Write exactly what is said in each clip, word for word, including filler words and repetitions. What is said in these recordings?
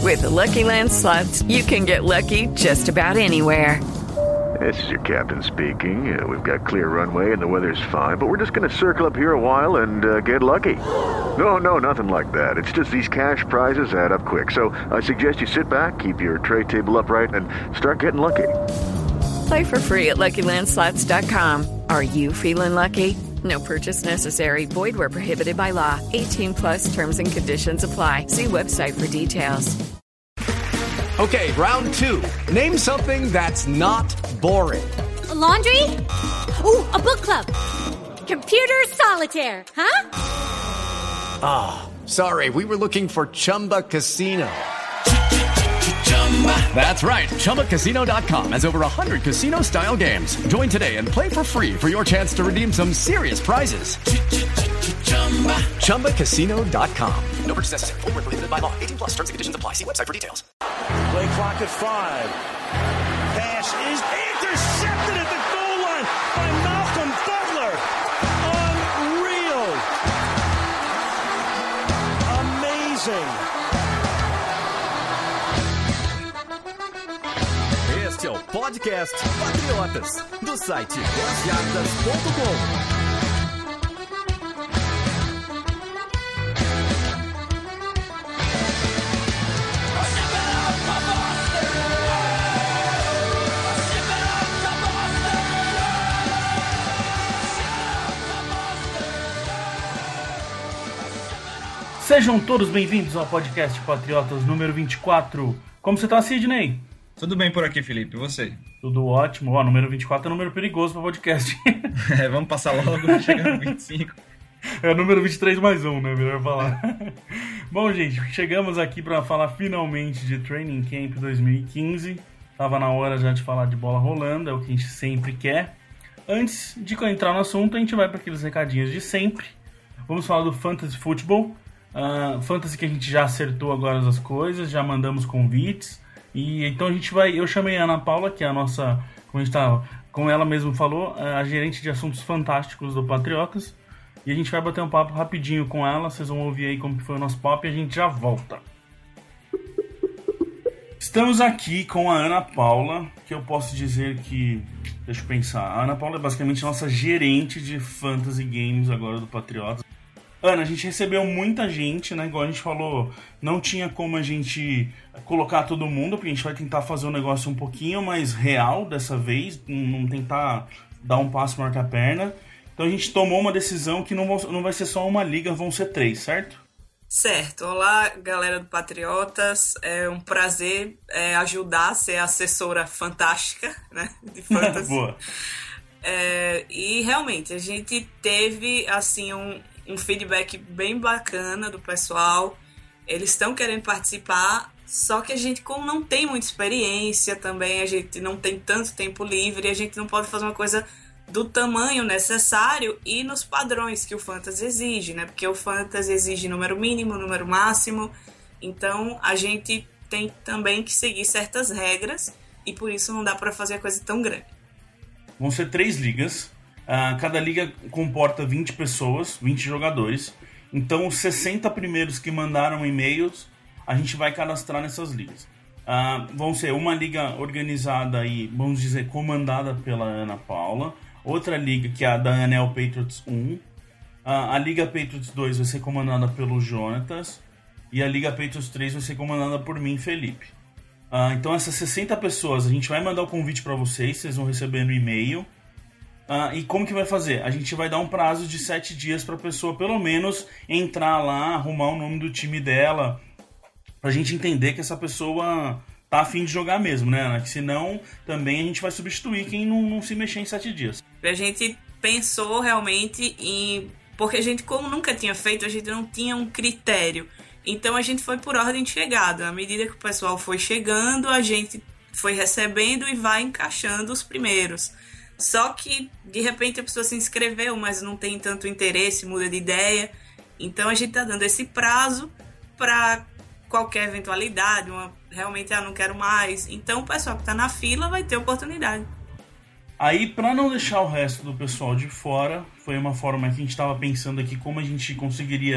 With the Lucky Land Slots, you can get lucky just about anywhere. This is your captain speaking. Uh, we've got clear runway and the weather's fine, but we're just going to circle up here a while and uh, get lucky. No, no, nothing like that. It's just these cash prizes add up quick. So I suggest you sit back, keep your tray table upright, and start getting lucky. Play for free at Lucky Land Slots dot com. Are you feeling lucky? No purchase necessary. Void where prohibited by law. eighteen plus terms and conditions apply. See website for details. Okay, round two. Name something that's not boring. A laundry? Ooh, a book club. Computer solitaire, huh? Ah, oh, sorry. We were looking for Chumba Casino. That's right. Chumba Casino dot com has over one hundred casino-style games. Join today and play for free for your chance to redeem some serious prizes. Chumba Casino dot com. No purchase necessary. Void where prohibited by law. eighteen plus terms and conditions apply. See website for details. Play clock at five. Pass is intercepted at the goal line by Malcolm Butler. Unreal. Amazing. Este é o podcast Patriotas, do site dez jardas ponto com. Sejam todos bem-vindos ao podcast Patriotas número vinte e quatro. Como você tá, Sidney? Tudo bem por aqui, Felipe. E você? Tudo ótimo. Ó, número vinte e quatro é um número perigoso para podcast. É, vamos passar logo, chegar no vinte e cinco. É o número vinte e três mais um, né? Melhor falar. Bom, gente, chegamos aqui para falar finalmente de Training Camp dois mil e quinze. Tava na hora já de falar de bola rolando, é o que a gente sempre quer. Antes de entrar no assunto, a gente vai para aqueles recadinhos de sempre. Vamos falar do Fantasy Football. Uh, Fantasy que a gente já acertou agora as coisas, já mandamos convites. E então a gente vai. Eu chamei a Ana Paula, que é a nossa, como a gente tá, como ela mesma falou, a gerente de assuntos fantásticos do Patriotas. E a gente vai bater um papo rapidinho com ela. Vocês vão ouvir aí como que foi o nosso papo e a gente já volta. Estamos aqui com a Ana Paula, que eu posso dizer que, deixa eu pensar, a Ana Paula é basicamente a nossa gerente de Fantasy Games agora do Patriotas. Ana, a gente recebeu muita gente, né? Igual a gente falou, não tinha como a gente colocar todo mundo, porque a gente vai tentar fazer um negócio um pouquinho mais real dessa vez, não tentar dar um passo maior que a perna. Então a gente tomou uma decisão que não, vão, não vai ser só uma liga, vão ser três, certo? Certo. Olá, galera do Patriotas. É um prazer é, ajudar a ser a assessora fantástica, né, de Fantasy. Boa. É, e realmente, a gente teve, assim, um... um feedback bem bacana do pessoal. Eles estão querendo participar, só que a gente, como não tem muita experiência também, a gente não tem tanto tempo livre, a gente não pode fazer uma coisa do tamanho necessário e nos padrões que o Fantasy exige, né? Porque o Fantasy exige número mínimo, número máximo, então a gente tem também que seguir certas regras e por isso não dá para fazer a coisa tão grande. Vão ser três ligas. Uh, cada liga comporta vinte pessoas, vinte jogadores. Então, os sessenta primeiros que mandaram e-mails, a gente vai cadastrar nessas ligas. Uh, vão ser uma liga organizada e, vamos dizer, comandada pela Ana Paula. Outra liga, que é a da Anel Patriots um. Uh, a Liga Patriots dois vai ser comandada pelo Jonatas. E a Liga Patriots três vai ser comandada por mim, Felipe. Uh, então, essas sessenta pessoas, a gente vai mandar o convite para vocês, vocês vão receber no e-mail. Uh, e como que vai fazer? A gente vai dar um prazo de sete dias para a pessoa, pelo menos, entrar lá, arrumar o nome do time dela, pra gente entender que essa pessoa tá afim de jogar mesmo, né, Ana? Que senão, também a gente vai substituir quem não, não se mexer em sete dias. A gente pensou realmente em... Porque a gente, como nunca tinha feito, a gente não tinha um critério. Então a gente foi por ordem de chegada. À medida que o pessoal foi chegando, a gente foi recebendo e vai encaixando os primeiros. Só que, de repente, a pessoa se inscreveu, mas não tem tanto interesse, muda de ideia. Então, a gente está dando esse prazo para qualquer eventualidade, uma, realmente, ah, não quero mais. Então, o pessoal que está na fila vai ter oportunidade. Aí, para não deixar o resto do pessoal de fora, foi uma forma que a gente estava pensando aqui como a gente conseguiria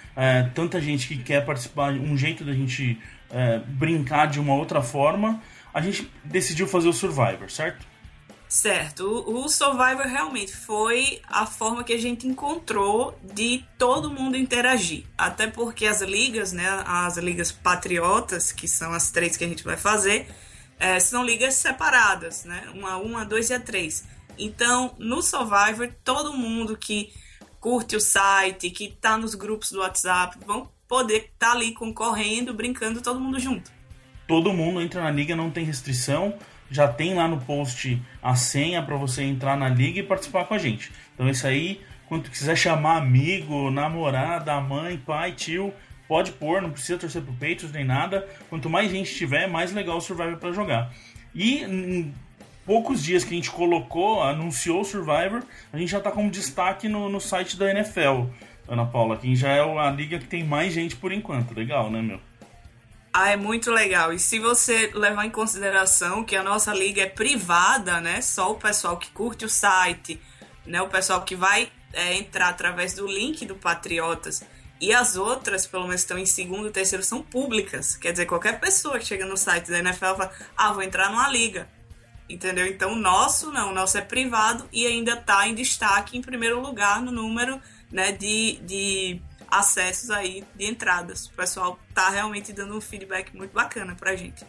é, tanta gente que quer participar, um jeito da gente é, brincar de uma outra forma, a gente decidiu fazer o Survivor, certo? Certo, o Survivor realmente foi a forma que a gente encontrou de todo mundo interagir. Até porque as ligas, né, as ligas patriotas, que são as três que a gente vai fazer, é, são ligas separadas, né, uma a um, a dois e a três. Então, no Survivor, todo mundo que curte o site, que tá nos grupos do WhatsApp, vão poder estar tá ali concorrendo, brincando, todo mundo junto. Todo mundo entra na liga, não tem restrição. Já tem lá no post a senha para você entrar na liga e participar com a gente. Então isso aí, quando tu quiser chamar amigo, namorada, mãe, pai, tio, pode pôr, não precisa torcer pro Patriots nem nada. Quanto mais gente tiver, mais legal o Survivor para jogar. E em poucos dias que a gente colocou, anunciou o Survivor, a gente já tá como destaque no, no site da N F L, Ana Paula, que já é a liga que tem mais gente por enquanto. Legal, né, meu? Ah, é muito legal. E se você levar em consideração que a nossa liga é privada, né? Só o pessoal que curte o site, né? O pessoal que vai é, entrar através do link do Patriotas. E as outras, pelo menos estão em segundo e terceiro, são públicas. Quer dizer, qualquer pessoa que chega no site da N F L fala, ah, vou entrar numa liga. Entendeu? Então o nosso não, o nosso é privado e ainda está em destaque em primeiro lugar no número, né, de... de acessos aí de entradas. O pessoal tá realmente dando um feedback muito bacana pra gente.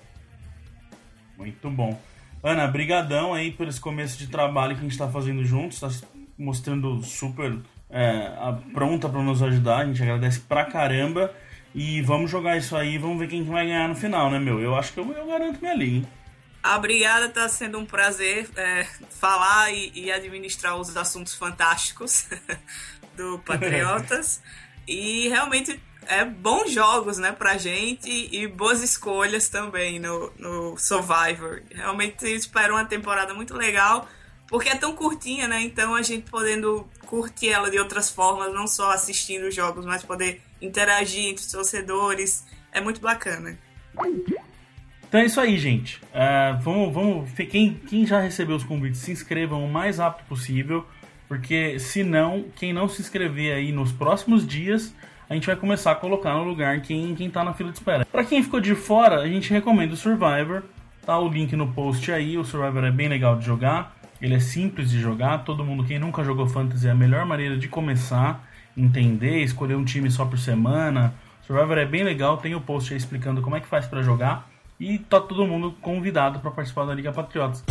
Muito bom. Ana, brigadão aí por esse começo de trabalho que a gente tá fazendo juntos, tá mostrando super é, a, pronta pra nos ajudar, a gente agradece pra caramba e vamos jogar isso aí, vamos ver quem vai ganhar no final, né, meu? Eu acho que eu, eu garanto minha liga, hein? Ah, obrigada, tá sendo um prazer é, falar e, e administrar os assuntos fantásticos do Patriotas. E realmente é bons jogos, né, pra gente e boas escolhas também no, no Survivor. Realmente espero uma temporada muito legal, porque é tão curtinha, né, então a gente podendo curtir ela de outras formas, não só assistindo os jogos, mas poder interagir entre os torcedores, é muito bacana. Então é isso aí, gente. Uh, vamos, vamos, quem, quem já recebeu os convites, se inscrevam o mais rápido possível. Porque, se não, quem não se inscrever aí nos próximos dias, a gente vai começar a colocar no lugar quem, quem tá na fila de espera. Pra quem ficou de fora, a gente recomenda o Survivor. Tá o link no post aí. O Survivor é bem legal de jogar. Ele é simples de jogar. Todo mundo, quem nunca jogou Fantasy, é a melhor maneira de começar, entender, escolher um time só por semana. O Survivor é bem legal. Tem o post aí explicando como é que faz pra jogar. E tá todo mundo convidado para participar da Liga Patriotas.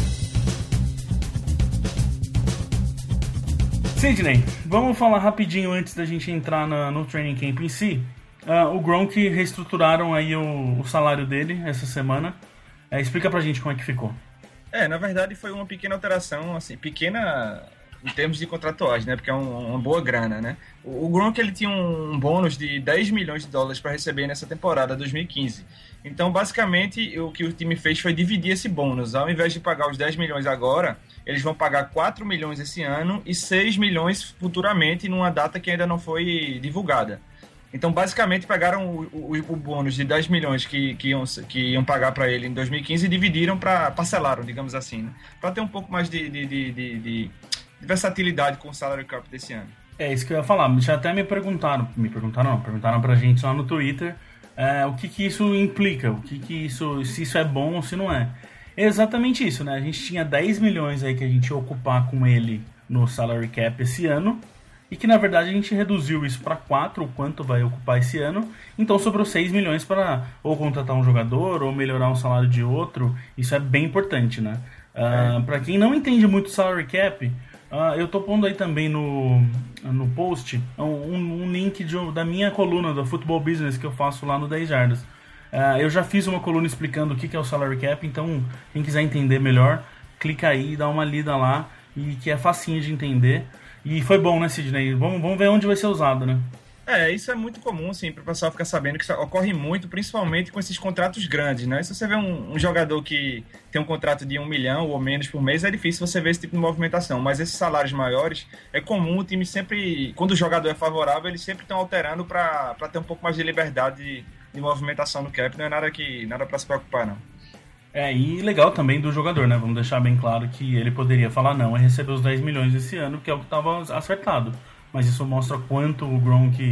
Sidney, vamos falar rapidinho antes da gente entrar na, no training camp em si. Uh, o Gronk reestruturaram aí o, o salário dele essa semana. Uh, explica pra gente como é que ficou. É, na verdade foi uma pequena alteração, assim, pequena em termos de contratuais, né? Porque é um, uma boa grana, né? O, o Gronk, ele tinha um, um bônus de dez milhões de dólares para receber nessa temporada dois mil e quinze. Então, basicamente, o que o time fez foi dividir esse bônus. Ao invés de pagar os dez milhões agora, eles vão pagar quatro milhões esse ano e seis milhões futuramente, numa data que ainda não foi divulgada. Então, basicamente, pegaram o, o, o bônus de dez milhões que, que, iam, que iam pagar para ele em dois mil e quinze e dividiram para parcelaram, digamos assim, né? Para ter um pouco mais de, de, de, de, de versatilidade com o salary cap desse ano. É isso que eu ia falar. Já até me perguntaram, me perguntaram não, perguntaram pra gente lá no Twitter é, o que que isso implica, o que que isso, se isso é bom ou se não é. É exatamente isso, né? A gente tinha dez milhões aí que a gente ia ocupar com ele no salary cap esse ano, e que na verdade a gente reduziu isso para quatro, o quanto vai ocupar esse ano, então sobrou seis milhões para ou contratar um jogador ou melhorar o salário de outro. Isso é bem importante, né? Uh, é. Para quem não entende muito o salary cap, uh, eu tô pondo aí também no, no post um, um link de, da minha coluna do Football Business que eu faço lá no dez Jardas. Uh, eu já fiz uma coluna explicando o que é o salary cap, então quem quiser entender melhor, clica aí e dá uma lida lá, e que é facinho de entender. E foi bom, né, Sidney? Vamos, vamos ver onde vai ser usado, né? É, isso é muito comum, assim, para o pessoal ficar sabendo que isso ocorre muito, principalmente com esses contratos grandes, né? Se você vê um, um jogador que tem um contrato de um milhão ou menos por mês, é difícil você ver esse tipo de movimentação. Mas esses salários maiores, é comum o time sempre, quando o jogador é favorável, eles sempre estão alterando para ter um pouco mais de liberdade de, de movimentação no cap. Não é nada, que, nada para se preocupar, não. É, e legal também do jogador, né? Vamos deixar bem claro que ele poderia falar não e receber os dez milhões esse ano, que é o que estava acertado. Mas isso mostra quanto o Gronk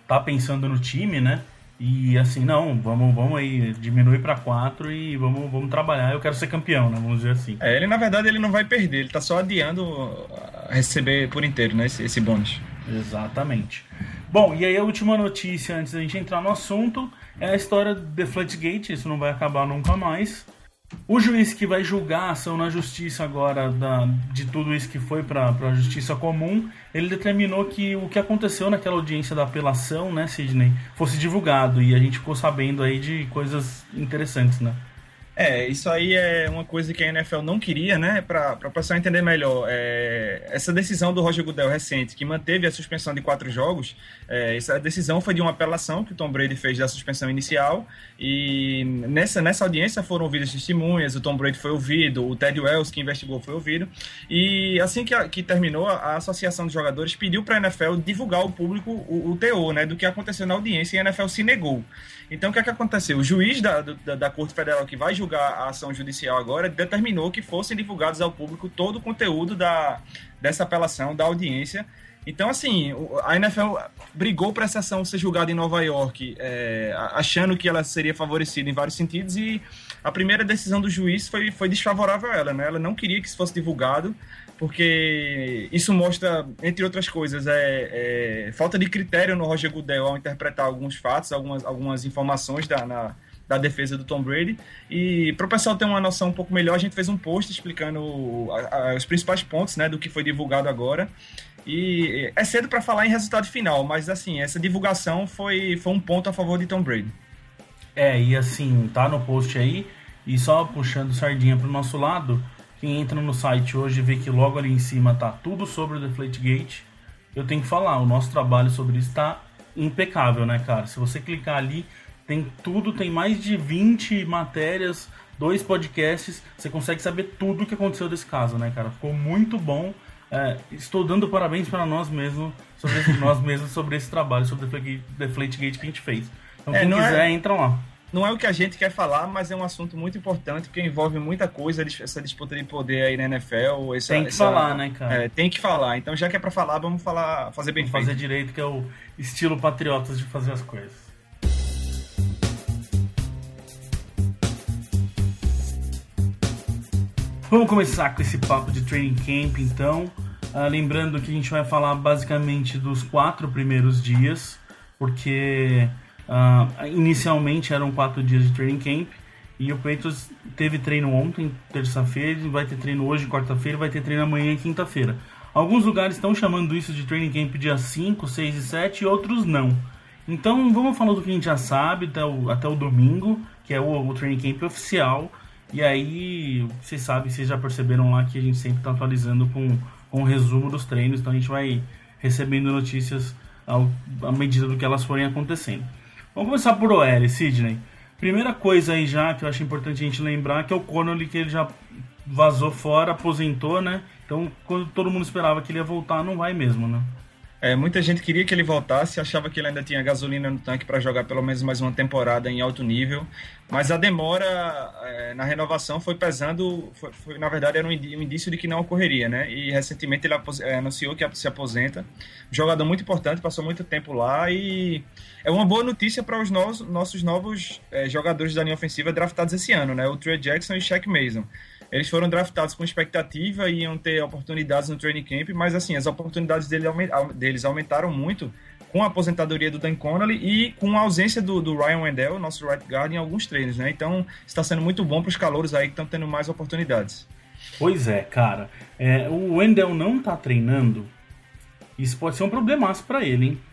tá pensando no time, né? E assim, não, vamos, vamos aí, diminui pra quatro e vamos, vamos trabalhar, eu quero ser campeão, né? Vamos dizer assim. É, ele na verdade ele não vai perder, ele tá só adiando receber por inteiro, né? Esse, esse bônus. Exatamente. Bom, e aí a última notícia antes da gente entrar no assunto é a história do Deflategate, isso não vai acabar nunca mais. O juiz que vai julgar a ação na justiça agora da, de tudo isso que foi para a justiça comum, ele determinou que o que aconteceu naquela audiência da apelação, né, Sidney, fosse divulgado, e a gente ficou sabendo aí de coisas interessantes, né? É, isso aí é uma coisa que a N F L não queria, né? Para o pessoal entender melhor, é, essa decisão do Roger Goodell recente, que manteve a suspensão de quatro jogos, é, essa decisão foi de uma apelação que o Tom Brady fez da suspensão inicial, e nessa, nessa audiência foram ouvidas testemunhas, o Tom Brady foi ouvido, o Ted Wells, que investigou, foi ouvido, e assim que, que terminou, a Associação de Jogadores pediu para a N F L divulgar ao público o, o teor, né, do que aconteceu na audiência, e a N F L se negou. Então, o que é que aconteceu? O juiz da, da, da Corte Federal que vai julgar a ação judicial agora determinou que fossem divulgados ao público todo o conteúdo da, dessa apelação, da audiência. Então, assim, a N F L brigou para essa ação ser julgada em Nova York, é, achando que ela seria favorecida em vários sentidos, e a primeira decisão do juiz foi, foi desfavorável a ela, né? Ela não queria que isso fosse divulgado, porque isso mostra, entre outras coisas, é, é, falta de critério no Roger Goodell ao interpretar alguns fatos, algumas, algumas informações da, na, da defesa do Tom Brady. E para o pessoal ter uma noção um pouco melhor, a gente fez um post explicando a, a, os principais pontos, né, do que foi divulgado agora. E é cedo para falar em resultado final, mas assim, essa divulgação foi, foi um ponto a favor de Tom Brady. É, e assim, tá no post aí, e só puxando sardinha pro nosso lado, quem entra no site hoje vê que logo ali em cima tá tudo sobre o Deflategate. Eu tenho que falar, o nosso trabalho sobre isso tá impecável, né, cara? Se você clicar ali, tem tudo, tem mais de vinte matérias, dois podcasts, você consegue saber tudo o que aconteceu desse caso, né, cara? Ficou muito bom. É, estou dando parabéns para nós mesmos sobre esse, nós mesmos sobre esse trabalho, sobre o Deflategate que a gente fez. Então, quem é, quiser, é, entra lá. Não é o que a gente quer falar, mas é um assunto muito importante, porque envolve muita coisa, essa disputa de poder aí na N F L. Essa, tem que essa, falar, né, cara? É, tem que falar. Então, já que é para falar, vamos falar, fazer bem vamos feito. Fazer direito, que é o estilo patriotas de fazer as coisas. Vamos começar com esse papo de training camp, então. Uh, lembrando que a gente vai falar basicamente dos quatro primeiros dias, porque uh, inicialmente eram quatro dias de training camp, e o Patriots teve treino ontem, terça-feira, vai ter treino hoje, quarta-feira, vai ter treino amanhã e quinta-feira. Alguns lugares estão chamando isso de training camp dia cinco, seis e sete, e outros não. Então vamos falar do que a gente já sabe até o, até o domingo, que é o, o training camp oficial. E aí, vocês sabem, vocês já perceberam lá que a gente sempre está atualizando com, com o resumo dos treinos, então a gente vai recebendo notícias ao, à medida do que elas forem acontecendo. Vamos começar por O L, Sidney. Primeira coisa aí já que eu acho importante a gente lembrar, que é o Connolly, que ele já vazou fora, aposentou, né? Então, quando todo mundo esperava que ele ia voltar, não vai mesmo, né? É, muita gente queria que ele voltasse, achava que ele ainda tinha gasolina no tanque para jogar pelo menos mais uma temporada em alto nível, mas a demora é, na renovação foi pesando, foi, foi, na verdade era um indício de que não ocorreria, né? E recentemente ele apos, é, anunciou que se aposenta. Um jogador muito importante, passou muito tempo lá, e é uma boa notícia para os novos, nossos novos é, jogadores da linha ofensiva draftados esse ano, né? O Trey Jackson e o Shaq Mason. Eles foram draftados com expectativa e iam ter oportunidades no training camp, mas assim, as oportunidades deles aumentaram muito com a aposentadoria do Dan Connolly e com a ausência do, do Ryan Wendell, nosso right guard, em alguns treinos, né? Então, está sendo muito bom para os calouros aí que estão tendo mais oportunidades. Pois é, cara. É, o Wendell não tá treinando, isso pode ser um problemaço para ele, hein?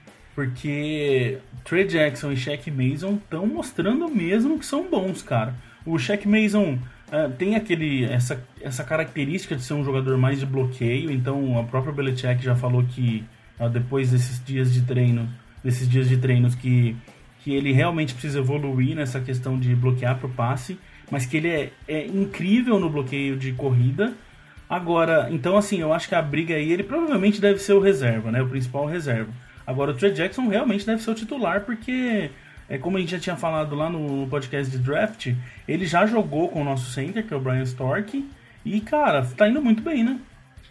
Porque Trey Jackson e Shaq Mason estão mostrando mesmo que são bons, cara. O Shaq Mason... Uh, tem aquele, essa, essa característica de ser um jogador mais de bloqueio, então a própria Belichick já falou que uh, depois desses dias de treino, desses dias de treinos que, que ele realmente precisa evoluir nessa questão de bloquear pro passe, mas que ele é, é incrível no bloqueio de corrida. Agora, então assim, eu acho que a briga aí, ele provavelmente deve ser o reserva, né, o principal reserva. Agora o Trey Jackson realmente deve ser o titular, porque... É, como a gente já tinha falado lá no podcast de draft, ele já jogou com o nosso center, que é o Brian Stork, e, cara, tá indo muito bem, né?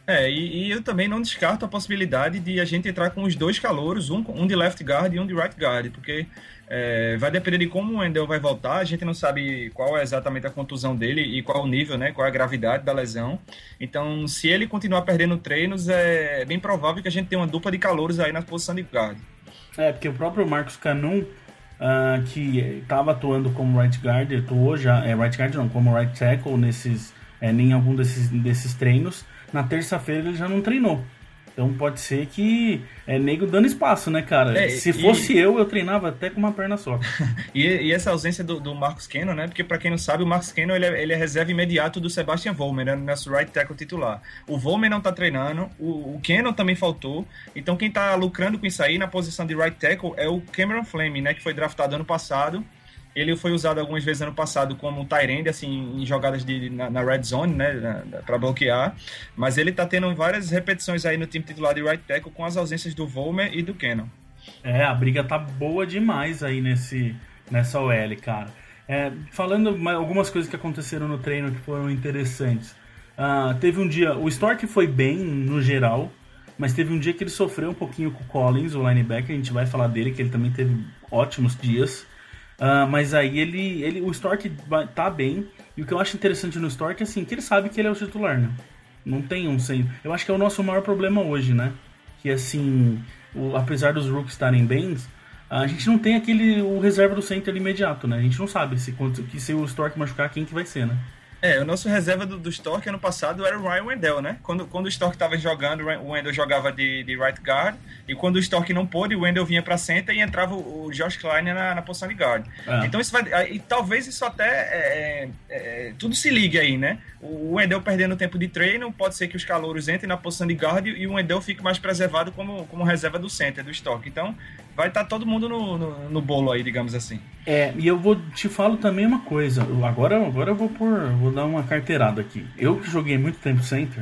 É, e, e eu também não descarto a possibilidade de a gente entrar com os dois calouros, um, um de left guard e um de right guard, porque é, vai depender de como o Wendell vai voltar, a gente não sabe qual é exatamente a contusão dele e qual o nível, né, qual é a gravidade da lesão. Então, se ele continuar perdendo treinos, é bem provável que a gente tenha uma dupla de calouros aí na posição de guard. É, porque o próprio Marcus Cannon, uh, que estava atuando como right guard, atuou já, é, right guard não, como right tackle nesses, é, em algum desses, desses treinos. Na terça-feira ele já não treinou. Então pode ser que é nego dando espaço, né, cara? É, Se fosse e... eu, eu treinava até com uma perna só. e, e essa ausência do, do Marcus Cannon, né? Porque pra quem não sabe, o Marcus Cannon ele é, ele é reserva imediato do Sebastian Vollmer, né? Nosso right tackle titular. O Vollmer não tá treinando, o, o Cannon também faltou. Então quem tá lucrando com isso aí na posição de right tackle é o Cameron Fleming, né? Que foi draftado ano passado. Ele foi usado algumas vezes ano passado como um tight end, assim, em jogadas de, na, na red zone, né, para bloquear. Mas ele tá tendo várias repetições aí no time titular de right tackle com as ausências do Vollmer e do Cannon. É, a briga tá boa demais aí nesse, nessa O L, cara. É, falando algumas coisas que aconteceram no treino que foram interessantes. Uh, teve um dia, o Stork foi bem no geral, mas teve um dia que ele sofreu um pouquinho com o Collins, o linebacker. A gente vai falar dele, que ele também teve ótimos dias. Uh, mas aí ele, ele, o Stork tá bem, e o que eu acho interessante no Stork é assim, que ele sabe que ele é o titular, né? Não tem um sem. Eu acho que é o nosso maior problema hoje, né? Que assim, o, apesar dos rookies estarem bem, a gente não tem aquele o reserva do center imediato, né? A gente não sabe se, que, se o Stork machucar, quem que vai ser, né? É, o nosso reserva do, do Stork ano passado era o Ryan Wendell, né? Quando, quando o Stork estava jogando, o Wendell jogava de, de right guard, e quando o Stork não pôde, o Wendell vinha para center e entrava o, o Josh Klein na, na posição de guard. É. Então isso vai, e talvez isso até é, é, tudo se ligue aí, né? O Wendell perdendo tempo de treino, pode ser que os calouros entrem na posição de guard e o Wendell fique mais preservado como, como reserva do center, do Stork. Então vai estar tá todo mundo no, no, no bolo aí, digamos assim. É, e eu vou te falo também uma coisa. Agora, agora eu vou por, vou dar uma carteirada aqui. Eu que joguei muito tempo center.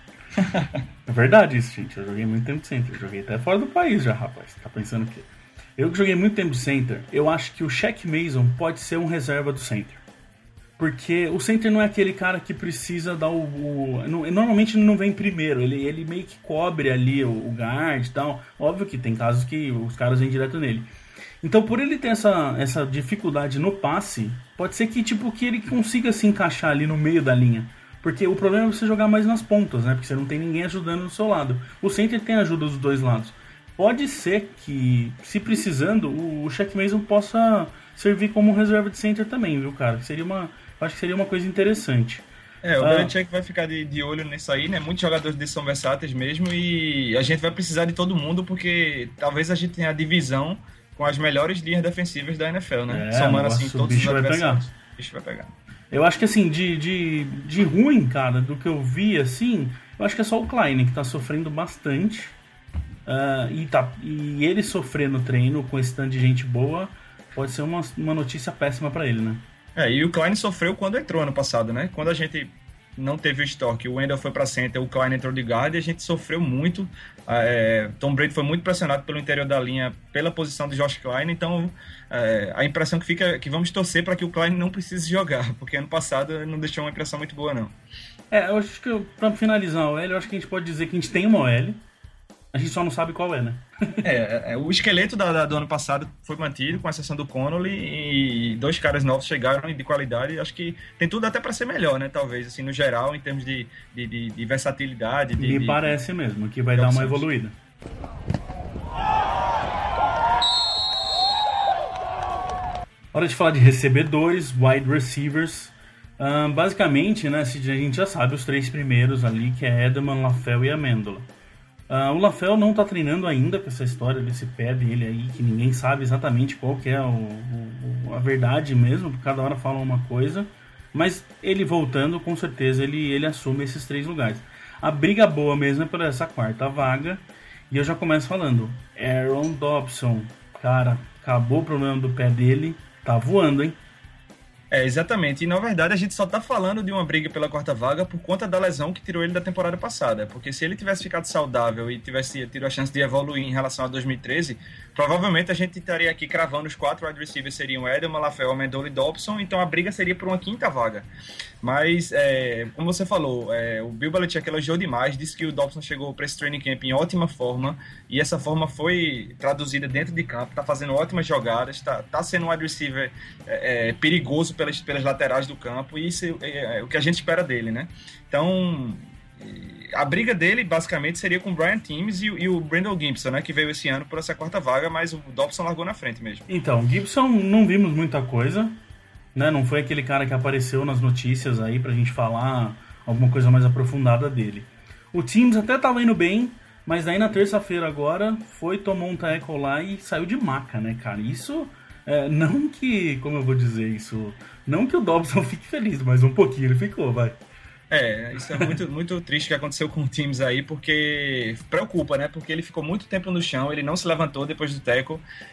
É verdade isso, gente. Eu joguei muito tempo center. Eu joguei até fora do país já, rapaz. Tá pensando o quê? Eu que joguei muito tempo center, eu acho que o Shaq Mason pode ser um reserva do center. Porque o center não é aquele cara que precisa dar o... o normalmente ele não vem primeiro, ele, ele meio que cobre ali o, o guard e tal. Óbvio que tem casos que os caras vêm direto nele. Então, por ele ter essa, essa dificuldade no passe, pode ser que, tipo, que ele consiga se encaixar ali no meio da linha. Porque o problema é você jogar mais nas pontas, né? Porque você não tem ninguém ajudando do seu lado. O center tem ajuda dos dois lados. Pode ser que, se precisando, o, o Shaq Mason possa servir como reserva de center também, viu, cara? Seria uma... Acho que seria uma coisa interessante. É, o ah, Belichick vai ficar de, de olho nisso aí, né? Muitos jogadores desses são versáteis mesmo e a gente vai precisar de todo mundo porque talvez a gente tenha a divisão com as melhores linhas defensivas da N F L, né? É, Somando assim todos os adversários. O bicho vai pegar. Eu acho que assim, de, de, de ruim, cara, do que eu vi, assim, eu acho que é só o Klein que tá sofrendo bastante. Uh, e, tá, e ele sofrer no treino com esse tanto de gente boa pode ser uma, uma notícia péssima pra ele, né? É, e o Klein sofreu quando entrou ano passado, né? Quando a gente não teve o Stork, o Wendell foi para center, o Klein entrou de guard e a gente sofreu muito. É, Tom Brady foi muito pressionado pelo interior da linha, pela posição de Josh Klein, então é, a impressão que fica é que vamos torcer para que o Klein não precise jogar, porque ano passado não deixou uma impressão muito boa, não. É, eu acho que para finalizar a O L, eu acho que a gente pode dizer que a gente tem uma O L, a gente só não sabe qual é, né? é, é, o esqueleto da, da, do ano passado foi mantido, com exceção do Connolly, e dois caras novos chegaram de qualidade. Acho que tem tudo até para ser melhor, né? Talvez, assim, no geral, em termos de, de, de, de versatilidade. De, Me de, parece de, mesmo que vai dar uma evoluída. Hora de falar de recebedores, wide receivers. Um, basicamente, né, a gente já sabe os três primeiros ali, que é Edelman, LaFell e Amendola. Uh, o LaFell não tá treinando ainda com essa história desse pé dele aí, que ninguém sabe exatamente qual que é o, o, a verdade mesmo, porque cada hora fala uma coisa, mas ele voltando, com certeza ele, ele assume esses três lugares. A briga boa mesmo é por essa quarta vaga, e eu já começo falando, Aaron Dobson, cara, acabou o problema do pé dele, tá voando, hein? É, exatamente. E, na verdade, a gente só tá falando de uma briga pela quarta vaga por conta da lesão que tirou ele da temporada passada. Porque se ele tivesse ficado saudável e tivesse tido a chance de evoluir em relação a dois mil e treze, provavelmente a gente estaria aqui cravando os quatro wide receivers seriam Edelman, LaFell, Amendola e Dobson, então a briga seria por uma quinta vaga. Mas, é, como você falou, é, o Bill Belichick elogiou demais, disse que o Dobson chegou para esse training camp em ótima forma, e essa forma foi traduzida dentro de campo, tá fazendo ótimas jogadas, tá, tá sendo um wide receiver é, é, perigoso pelas, pelas laterais do campo, e isso é, é o que a gente espera dele, né? Então, a briga dele, basicamente, seria com o Brian Timms e, e o Brandon Gibson, né, que veio esse ano por essa quarta vaga, mas o Dobson largou na frente mesmo. Então, Gibson não vimos muita coisa, né? Não foi aquele cara que apareceu nas notícias aí pra gente falar alguma coisa mais aprofundada dele. O Timms até tava indo bem, mas daí na terça-feira agora foi, tomou um tackle lá e saiu de maca, né, cara? Isso, é, não que, como eu vou dizer isso, não que o Dobson fique feliz, mas um pouquinho ele ficou, vai. É, isso é muito, muito triste que aconteceu com o Timms aí, porque preocupa, né? Porque ele ficou muito tempo no chão, ele não se levantou depois do tackle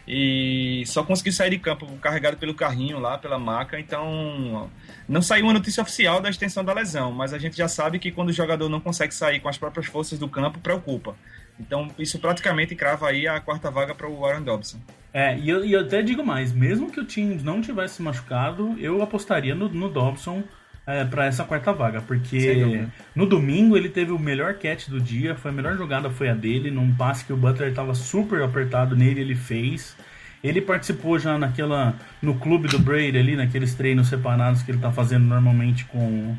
e só conseguiu sair de campo carregado pelo carrinho lá, pela maca. Então, não saiu uma notícia oficial da extensão da lesão, mas a gente já sabe que quando o jogador não consegue sair com as próprias forças do campo, preocupa. Então, isso praticamente crava aí a quarta vaga para o Warren Dobson. É, e eu, e eu até digo mais, mesmo que o Timms não tivesse machucado, eu apostaria no, no Dobson É, para essa quarta vaga, porque no domingo ele teve o melhor catch do dia, foi a melhor jogada foi a dele, num passe que o Butler estava super apertado nele, ele fez. Ele participou já naquela no clube do Brady ali, naqueles treinos separados que ele tá fazendo normalmente com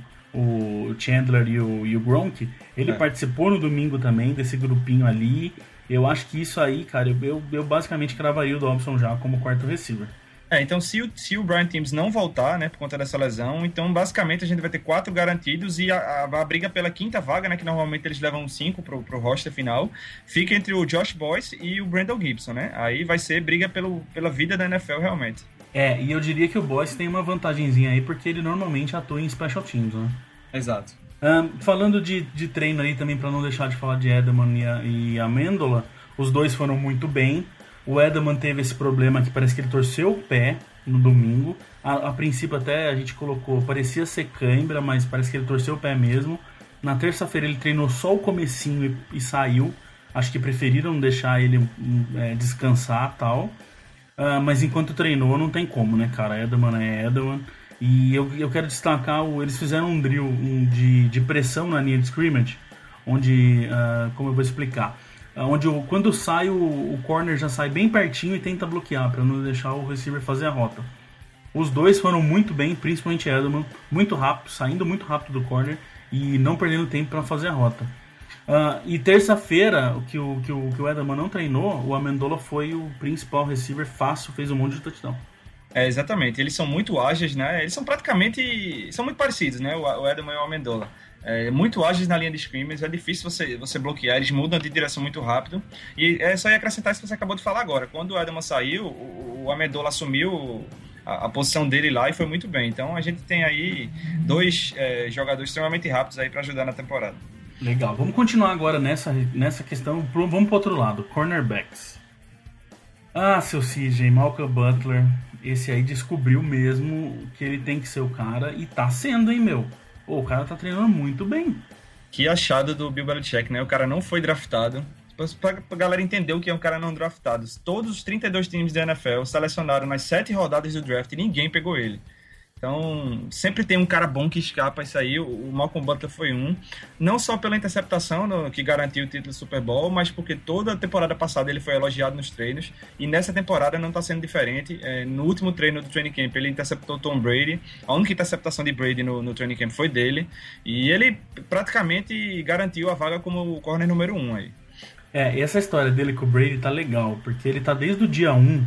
o Chandler e o, e o Gronk. Ele é. participou no domingo também desse grupinho ali. Eu acho que isso aí, cara, eu, eu basicamente cravaria o Dobson já como quarto receiver. É, então se o, se o Brian Timms não voltar, né, por conta dessa lesão, então basicamente a gente vai ter quatro garantidos e a, a, a briga pela quinta vaga, né, que normalmente eles levam cinco pro, pro roster final, fica entre o Josh Boyce e o Brandon Gibson, né? Aí vai ser briga pelo, pela vida da N F L realmente. É, e eu diria que o Boyce tem uma vantagenzinha aí, porque ele normalmente atua em special teams, né? Exato. Um, falando de, de treino aí também, para não deixar de falar de Edelman e, a, e Amendola, os dois foram muito bem. O Edelman teve esse problema que parece que ele torceu o pé no domingo. A, a princípio até a gente colocou, parecia ser cãibra, mas parece que ele torceu o pé mesmo. Na terça-feira ele treinou só o comecinho e, e saiu. Acho que preferiram deixar ele é, descansar e tal. Uh, mas enquanto treinou não tem como, né, cara? Edelman é Edelman. E eu, eu quero destacar, o, eles fizeram um drill um, de, de pressão na linha de scrimmage, onde, uh, como eu vou explicar... onde o, quando sai o, o corner já sai bem pertinho e tenta bloquear para não deixar o receiver fazer a rota. Os dois foram muito bem, principalmente Edelman, muito rápido, saindo muito rápido do corner e não perdendo tempo para fazer a rota. Uh, e terça-feira, o que o, que, o, que o Edelman não treinou, o Amendola foi o principal receiver, fácil, fez um monte de touchdown. É, exatamente, eles são muito ágeis, né? Eles são praticamente, são muito parecidos, né? O Edelman e o Amendola. É, muito ágeis na linha de scrimmage, é difícil você, você bloquear, eles mudam de direção muito rápido. E é só ia acrescentar isso que você acabou de falar agora. Quando o Edelman saiu, o, o Amendola assumiu a, a posição dele lá e foi muito bem. Então a gente tem aí dois é, jogadores extremamente rápidos aí para ajudar na temporada. Legal, vamos continuar agora nessa, nessa questão. Vamos para o outro lado, cornerbacks. Ah, seu C J, Malcolm Butler, esse aí descobriu mesmo que ele tem que ser o cara e tá sendo, hein, meu? Oh, o cara tá treinando muito bem. Que achado do Bill Belichick, né? O cara não foi draftado. Pra, pra galera entender o que é um cara não draftado. Todos os trinta e dois times da N F L selecionaram nas sete rodadas do draft e ninguém pegou ele. Então, sempre tem um cara bom que escapa isso aí. O Malcolm Butler foi um. Não só pela interceptação no, que garantiu o título do Super Bowl, mas porque toda a temporada passada ele foi elogiado nos treinos. E nessa temporada não está sendo diferente. É, no último treino do training camp, ele interceptou Tom Brady. A única interceptação de Brady no, no training camp foi dele. E ele praticamente garantiu a vaga como o corner número um aí. É, e essa história dele com o Brady tá legal, porque ele tá desde o dia um,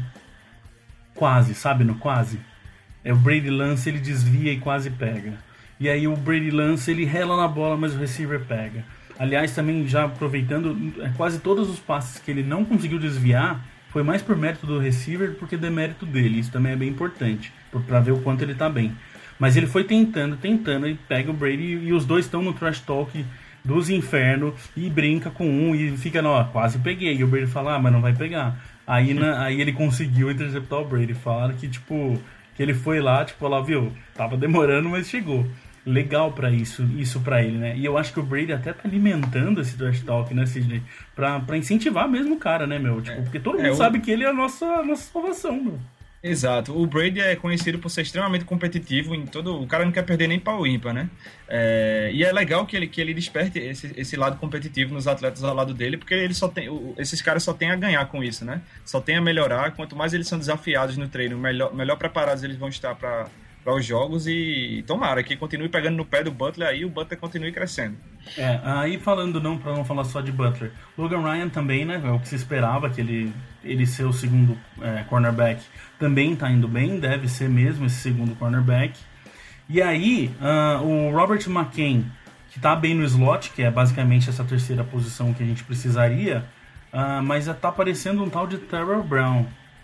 quase, sabe, no quase? É, o Brady lança, ele desvia e quase pega. E aí o Brady lança, ele rela na bola, mas o receiver pega. Aliás, também já aproveitando, quase todos os passes que ele não conseguiu desviar, foi mais por mérito do receiver do que demérito dele. Isso também é bem importante, para ver o quanto ele tá bem. Mas ele foi tentando, tentando, e pega o Brady, e os dois estão no trash talk dos infernos, e brinca com um, e fica, ó, quase peguei. E o Brady fala, ah, mas não vai pegar. Aí, na, aí ele conseguiu interceptar o Brady. Falaram que, tipo... que ele foi lá, tipo, lá, viu, tava demorando, mas chegou. Legal pra isso, isso pra ele, né? E eu acho que o Brady até tá alimentando esse trash talk, né, Sidney? Pra, pra incentivar mesmo o cara, né, meu? Tipo, porque todo mundo é, sabe o... que ele é a nossa, a nossa salvação, meu. Exato. O Brady é conhecido por ser extremamente competitivo em todo... O cara não quer perder nem para o ímpar, né? É... E é legal que ele, que ele desperte esse, esse lado competitivo nos atletas ao lado dele, porque ele só tem... esses caras só têm a ganhar com isso, né? Só tem a melhorar. Quanto mais eles são desafiados no treino, melhor, melhor preparados eles vão estar para para os jogos, e tomara que continue pegando no pé do Butler aí, o Butler continue crescendo. É, aí falando não, para não falar só de Butler, Logan Ryan também, né, é o que se esperava, que ele, ele ser o segundo é, cornerback, também tá indo bem, deve ser mesmo esse segundo cornerback. E aí, uh, o Robert McCain, que tá bem no slot, que é basicamente essa terceira posição que a gente precisaria, uh, mas tá aparecendo um tal de Terrell Brown.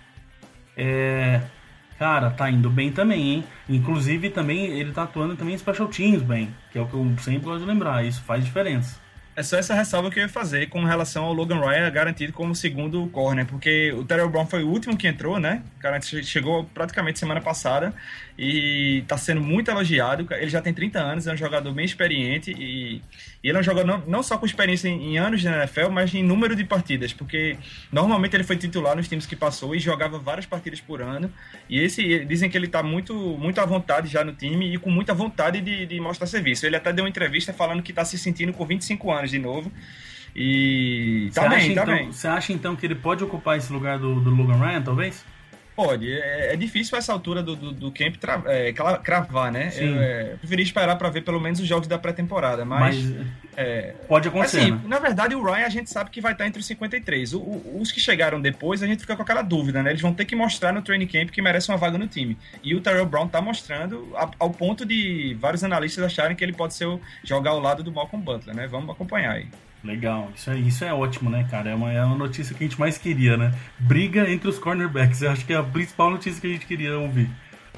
É... Cara, tá indo bem também, hein? Inclusive, também ele tá atuando também em Special Teams bem, que é o que eu sempre gosto de lembrar, isso faz diferença. É só essa ressalva que eu ia fazer com relação ao Logan Ryan garantido como segundo corner, porque o Terrell Brown foi o último que entrou, né? O cara chegou praticamente semana passada e tá sendo muito elogiado. Ele já tem trinta anos, é um jogador bem experiente e, e ele é um jogador não, não só com experiência em, em anos de N F L, mas em número de partidas, porque normalmente ele foi titular nos times que passou e jogava várias partidas por ano. E esse, dizem que ele tá muito, muito à vontade já no time e com muita vontade de, de mostrar serviço. Ele até deu uma entrevista falando que tá se sentindo com vinte e cinco anos de novo. E tá bem, tá bem. Você acha então que ele pode ocupar esse lugar do, do Logan Ryan, talvez? Pode, é, é difícil essa altura do, do, do camp tra, é, cravar, né? Eu, é, eu preferi esperar para ver pelo menos os jogos da pré-temporada, mas, mas é, pode acontecer, assim, né? Na verdade o Ryan a gente sabe que vai estar entre os cinquenta e três. O, o, os que chegaram depois a gente fica com aquela dúvida, né? Eles vão ter que mostrar no training camp que merece uma vaga no time. E o Terrell Brown tá mostrando a, ao ponto de vários analistas acharem que ele pode ser o, jogar ao lado do Malcolm Butler, né? Vamos acompanhar aí. Legal, isso é, isso é ótimo, né, cara? É uma, é uma notícia que a gente mais queria, né? Briga entre os cornerbacks, eu acho que é a principal notícia que a gente queria ouvir.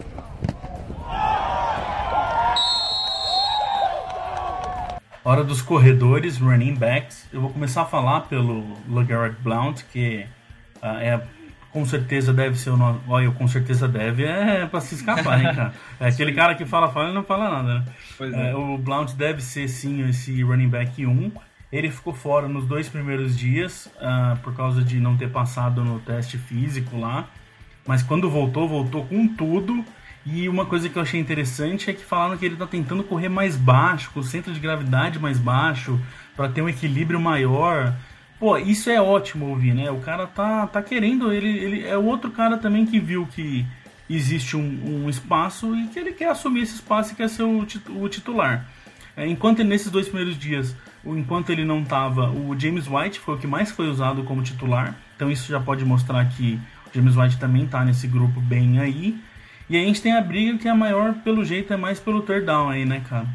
Hora dos corredores, running backs. Eu vou começar a falar pelo LeGarrette Blount, que uh, é, com certeza deve ser o nosso... Olha, eu com certeza deve, é pra se escapar, hein, cara? É aquele cara que fala, fala e não fala nada, né? Pois é. É, o Blount deve ser, sim, esse running back um. Ele ficou fora nos dois primeiros dias, uh, por causa de não ter passado no teste físico lá. Mas quando voltou, voltou com tudo. E uma coisa que eu achei interessante é que falaram que ele está tentando correr mais baixo, com o centro de gravidade mais baixo, para ter um equilíbrio maior. Pô, isso é ótimo ouvir, né? O cara tá, tá querendo, ele, ele é outro cara também que viu que existe um, um espaço e que ele quer assumir esse espaço e quer ser o, o titular. É, enquanto ele, nesses dois primeiros dias... Enquanto ele não estava, o James White foi o que mais foi usado como titular. Então isso já pode mostrar que o James White também está nesse grupo bem aí. E aí a gente tem a briga que é a maior, pelo jeito, é mais pelo third down aí, né, cara?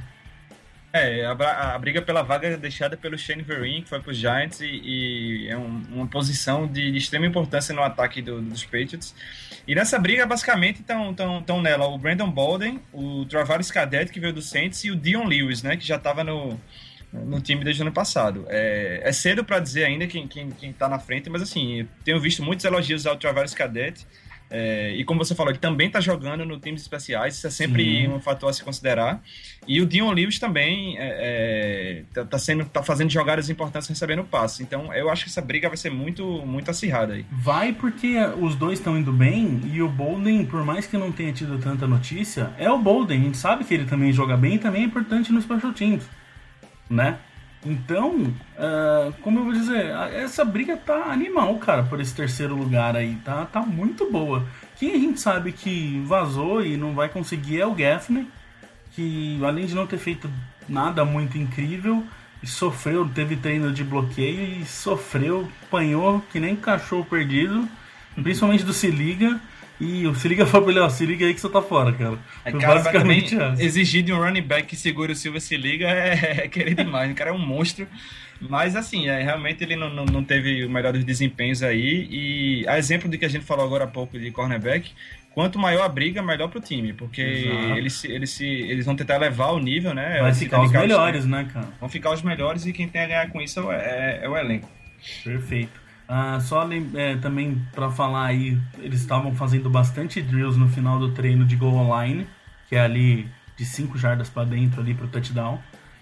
É, a, a briga pela vaga deixada pelo Shane Vereen, que foi para os Giants, e, e é um, uma posição de, de extrema importância no ataque do, dos Patriots. E nessa briga, basicamente, estão tão, tão nela o Brandon Bolden, o Travaris Cadet, que veio do Saints, e o Dion Lewis, né, que já estava no... no time desde o ano passado. É, é cedo para dizer ainda quem, quem, quem tá na frente, mas assim, eu tenho visto muitos elogios ao Travaris Cadet, é, e como você falou, ele também tá jogando no times especiais, isso é sempre Sim. um fator a se considerar. E o Dion Lewis também é, é, tá, tá, sendo, tá fazendo jogadas importantes recebendo passe. Então eu acho que essa briga vai ser muito, muito acirrada aí. Vai porque os dois estão indo bem, e o Bolden, por mais que não tenha tido tanta notícia, é o Bolden, a gente sabe que ele também joga bem e também é importante nos special teams, né? Então, uh, como eu vou dizer, essa briga tá animal, cara, por esse terceiro lugar aí, tá, tá muito boa. Quem a gente sabe que vazou e não vai conseguir é o Gaffney, que além de não ter feito nada muito incrível, sofreu, teve treino de bloqueio e sofreu, apanhou que nem cachorro perdido, principalmente do Se Liga. E o Se Liga falou pra ele, ó, se liga aí que você tá fora, cara. É, cara, basicamente exigir de um running back que segure o Silva Se Liga é, é querer demais. O cara é um monstro. Mas assim, é, realmente ele não, não, não teve o melhor dos desempenhos aí. E a exemplo do que a gente falou agora há pouco de cornerback, quanto maior a briga, melhor pro time. Porque eles, eles, se, eles vão tentar elevar o nível, né? Vai ficar os melhores, né, cara? Vão ficar os melhores e quem tem a ganhar com isso é, é, é o elenco. Perfeito. Ah, só é, também para falar aí, eles estavam fazendo bastante drills no final do treino de goal line, que é ali de cinco jardas para dentro ali pro touchdown.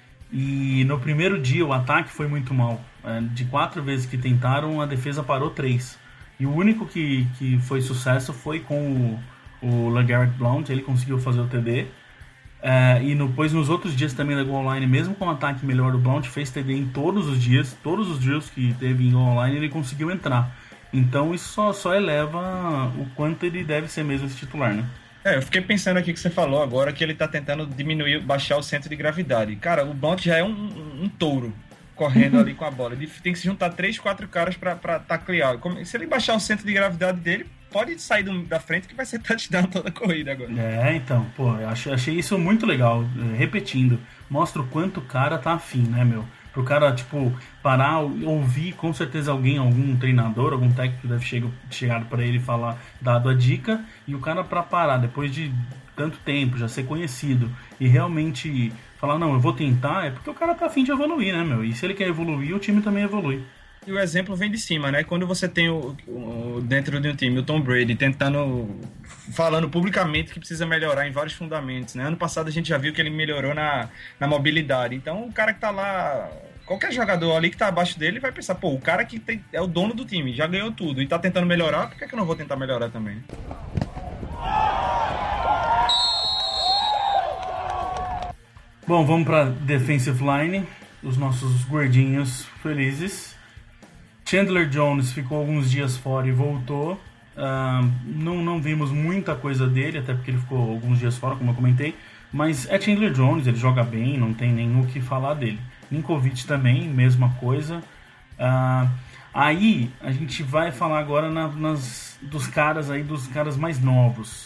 E no primeiro dia o ataque foi muito mal. É, de quatro vezes que tentaram, a defesa parou três. E o único que, que foi sucesso foi com o, o LeGarrette Blount, ele conseguiu fazer o T D. Uh, e depois nos outros dias também da Go Online, mesmo com o ataque melhor, o Blount fez T D em todos os dias, todos os drills que teve em Go Online ele conseguiu entrar. Então isso só, só eleva o quanto ele deve ser mesmo esse titular, né? É, eu fiquei pensando aqui que você falou agora que ele tá tentando diminuir, baixar o centro de gravidade. Cara, o Blount já é um, um, um touro correndo ali com a bola. Ele tem que se juntar três, quatro caras pra, pra taclear. Se ele baixar o centro de gravidade dele, pode sair do, da frente que vai ser touchdown toda a corrida agora. É, então, pô, eu achei, achei isso muito legal. Repetindo, mostra o quanto o cara tá afim, né, meu? Pro cara, tipo, parar, ouvir, com certeza alguém, algum treinador, algum técnico deve chegar, chegar pra ele e falar, dado a dica, e o cara pra parar, depois de tanto tempo, já ser conhecido, e realmente falar, não, eu vou tentar, é porque o cara tá afim de evoluir, né, meu? E se ele quer evoluir, o time também evolui. E o exemplo vem de cima, né? Quando você tem o, o, dentro de um time o Tom Brady tentando, falando publicamente que precisa melhorar em vários fundamentos, né? Ano passado a gente já viu que ele melhorou na, na mobilidade. Então o cara que tá lá, qualquer jogador ali que tá abaixo dele vai pensar, pô, o cara que tem, é o dono do time, já ganhou tudo e tá tentando melhorar, por que, é que eu não vou tentar melhorar também? Bom, vamos pra defensive line, os nossos gordinhos felizes. Chandler Jones ficou alguns dias fora e voltou. Uh, não, não vimos muita coisa dele, até porque ele ficou alguns dias fora, como eu comentei. Mas é Chandler Jones, ele joga bem, não tem nem o que falar dele. Ninkovic também, mesma coisa. Uh, aí a gente vai falar agora na, nas, dos caras aí, dos caras mais novos.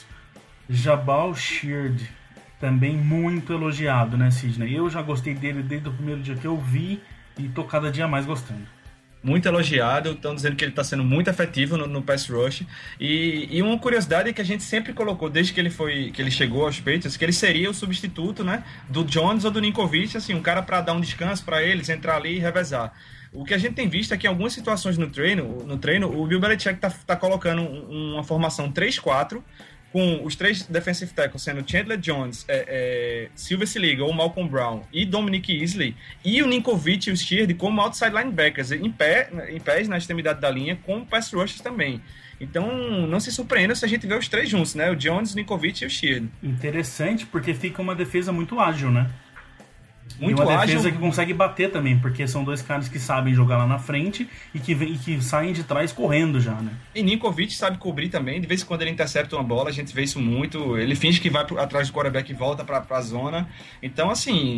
Jabal Sheard, também muito elogiado, né, Sidney? Eu já gostei dele desde o primeiro dia que eu vi e tô cada dia mais gostando. Muito elogiado, estão dizendo que ele está sendo muito efetivo no, no pass rush. E, e uma curiosidade é que a gente sempre colocou, desde que ele, foi, que ele chegou aos Patriots, que ele seria o substituto, né, do Jones ou do Ninkovic, assim, um cara para dar um descanso para eles, entrar ali e revezar. O que a gente tem visto é que em algumas situações no treino, no treino o Bill Belichick está tá colocando uma formação três quatro, com os três defensive tackles sendo Chandler Jones, é, é, Silver Siliga ou Malcolm Brown e Dominic Easley, e o Ninkovic e o Sheard como outside linebackers, em, pé, em pés na extremidade da linha, com pass rushers também. Então, não se surpreenda se a gente vê os três juntos, né? O Jones, o Ninkovic e o Sheard. Interessante, porque fica uma defesa muito ágil, né? Muito e uma ágil. defesa que consegue bater também, porque são dois caras que sabem jogar lá na frente e que, vem, e que saem de trás correndo já, né? E Ninkovic sabe cobrir também, de vez em quando ele intercepta uma bola, a gente vê isso muito, ele finge que vai pro, atrás do quarterback e volta pra, pra zona. Então, assim,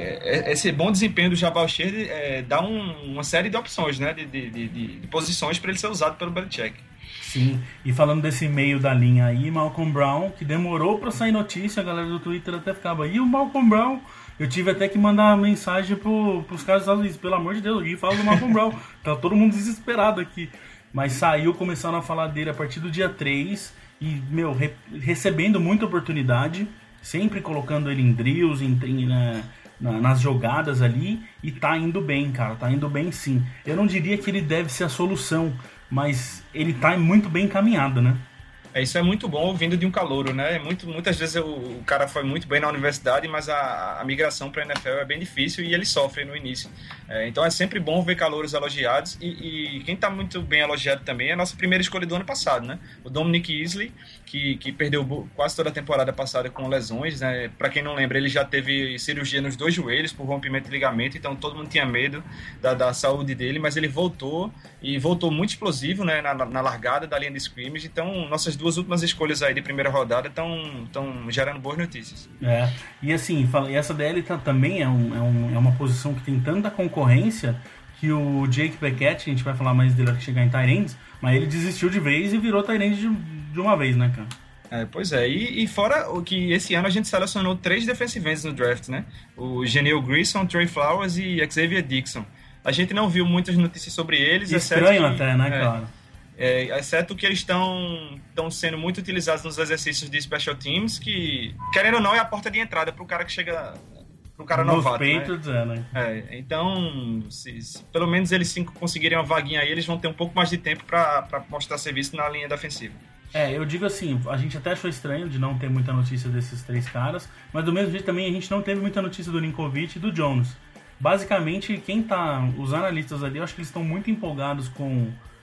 é, esse bom desempenho do Jabal Sheard é, dá um, uma série de opções, né, de, de, de, de posições para ele ser usado pelo Belichick. Sim, e falando desse meio da linha aí, Malcolm Brown, que demorou pra sair notícia, a galera do Twitter até ficava, e o Malcolm Brown? Eu tive até que mandar mensagem pro, pros caras dos Estados Unidos, pelo amor de Deus, alguém fala do Malcolm Brown, tá todo mundo desesperado aqui. Mas saiu, começaram a falar dele a partir do dia três, e, meu, re, recebendo muita oportunidade, sempre colocando ele em drills, em, em, na, na, nas jogadas ali, e tá indo bem, cara, tá indo bem sim. Eu não diria que ele deve ser a solução, mas ele tá muito bem encaminhado, né? É, isso é muito bom vindo de um calouro, né? Muito, muitas vezes o, o cara foi muito bem na universidade, mas a, a migração para a N F L é bem difícil e ele sofre no início. É, então é sempre bom ver calouros elogiados e, e quem está muito bem elogiado também é a nossa primeira escolha do ano passado, né? O Dominic Easley, que, que perdeu quase toda a temporada passada com lesões, né? Para quem não lembra, ele já teve cirurgia nos dois joelhos por rompimento de ligamento, então todo mundo tinha medo da, da saúde dele, mas ele voltou e voltou muito explosivo, né? Na, na largada da linha de scrimmage. Então nossas duas últimas escolhas aí de primeira rodada estão gerando boas notícias. É, e assim, e essa D L tá, também é, um, é, um, é uma posição que tem tanta concorrência que o Jake Beckett, a gente vai falar mais dele que chegar em tight ends, mas ele desistiu de vez e virou tight end de, de uma vez, né, cara? É, pois é, e, e fora o que esse ano a gente selecionou três defensive ends no draft, né? O Genil Grissom, Trey Flowers e Xavier Dixon. A gente não viu muitas notícias sobre eles. Estranho que, até, né, é, cara? É, exceto que eles estão sendo muito utilizados nos exercícios de special teams, que, querendo ou não, é a porta de entrada para o cara que chega, para o cara nos novato, Patriots, né? É, né? É, então, se, se pelo menos eles cinco conseguirem uma vaguinha aí, eles vão ter um pouco mais de tempo para mostrar serviço na linha defensiva. É, eu digo assim, a gente até achou estranho de não ter muita notícia desses três caras, mas do mesmo jeito também a gente não teve muita notícia do Ninkovic e do Jones. Basicamente, quem tá, os analistas ali, eu acho que eles estão muito empolgados com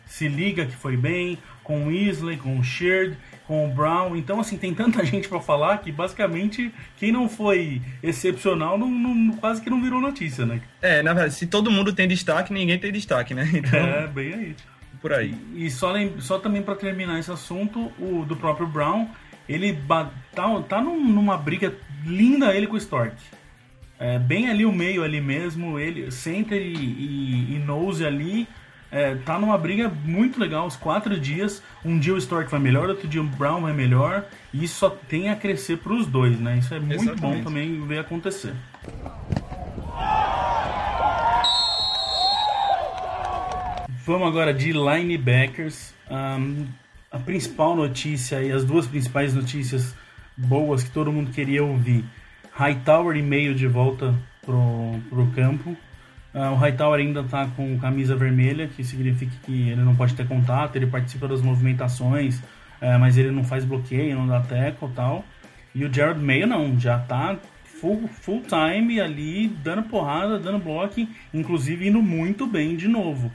se liga que foi bem, com o Weasley, com o Sheard, com o Brown. Então, assim, tem tanta gente pra falar que, basicamente, quem não foi excepcional não, não, quase que não virou notícia, né? É, na verdade, se todo mundo tem destaque, ninguém tem destaque, né? Então, é, bem aí. Por aí. E só, só também pra terminar esse assunto, o do próprio Brown, ele tá, tá numa briga linda ele com o Stork. É, bem ali o meio ali mesmo, ele, center e, e, e nose ali, é, tá numa briga muito legal, os quatro dias, um dia o Stork vai melhor, outro dia o Brown vai melhor, e isso só tem a crescer pros dois, né? Isso é muito Exatamente. Bom também ver acontecer. Vamos agora de linebackers. Um, a principal notícia e as duas principais notícias boas que todo mundo queria ouvir. Hightower e meio de volta pro, pro campo. Uh, o Hightower ainda está com camisa vermelha, que significa que ele não pode ter contato, ele participa das movimentações, uh, mas ele não faz bloqueio, não dá tackle e tal. E o Jared Mayo não, já está full, full time ali, dando porrada, dando bloco, inclusive indo muito bem de novo.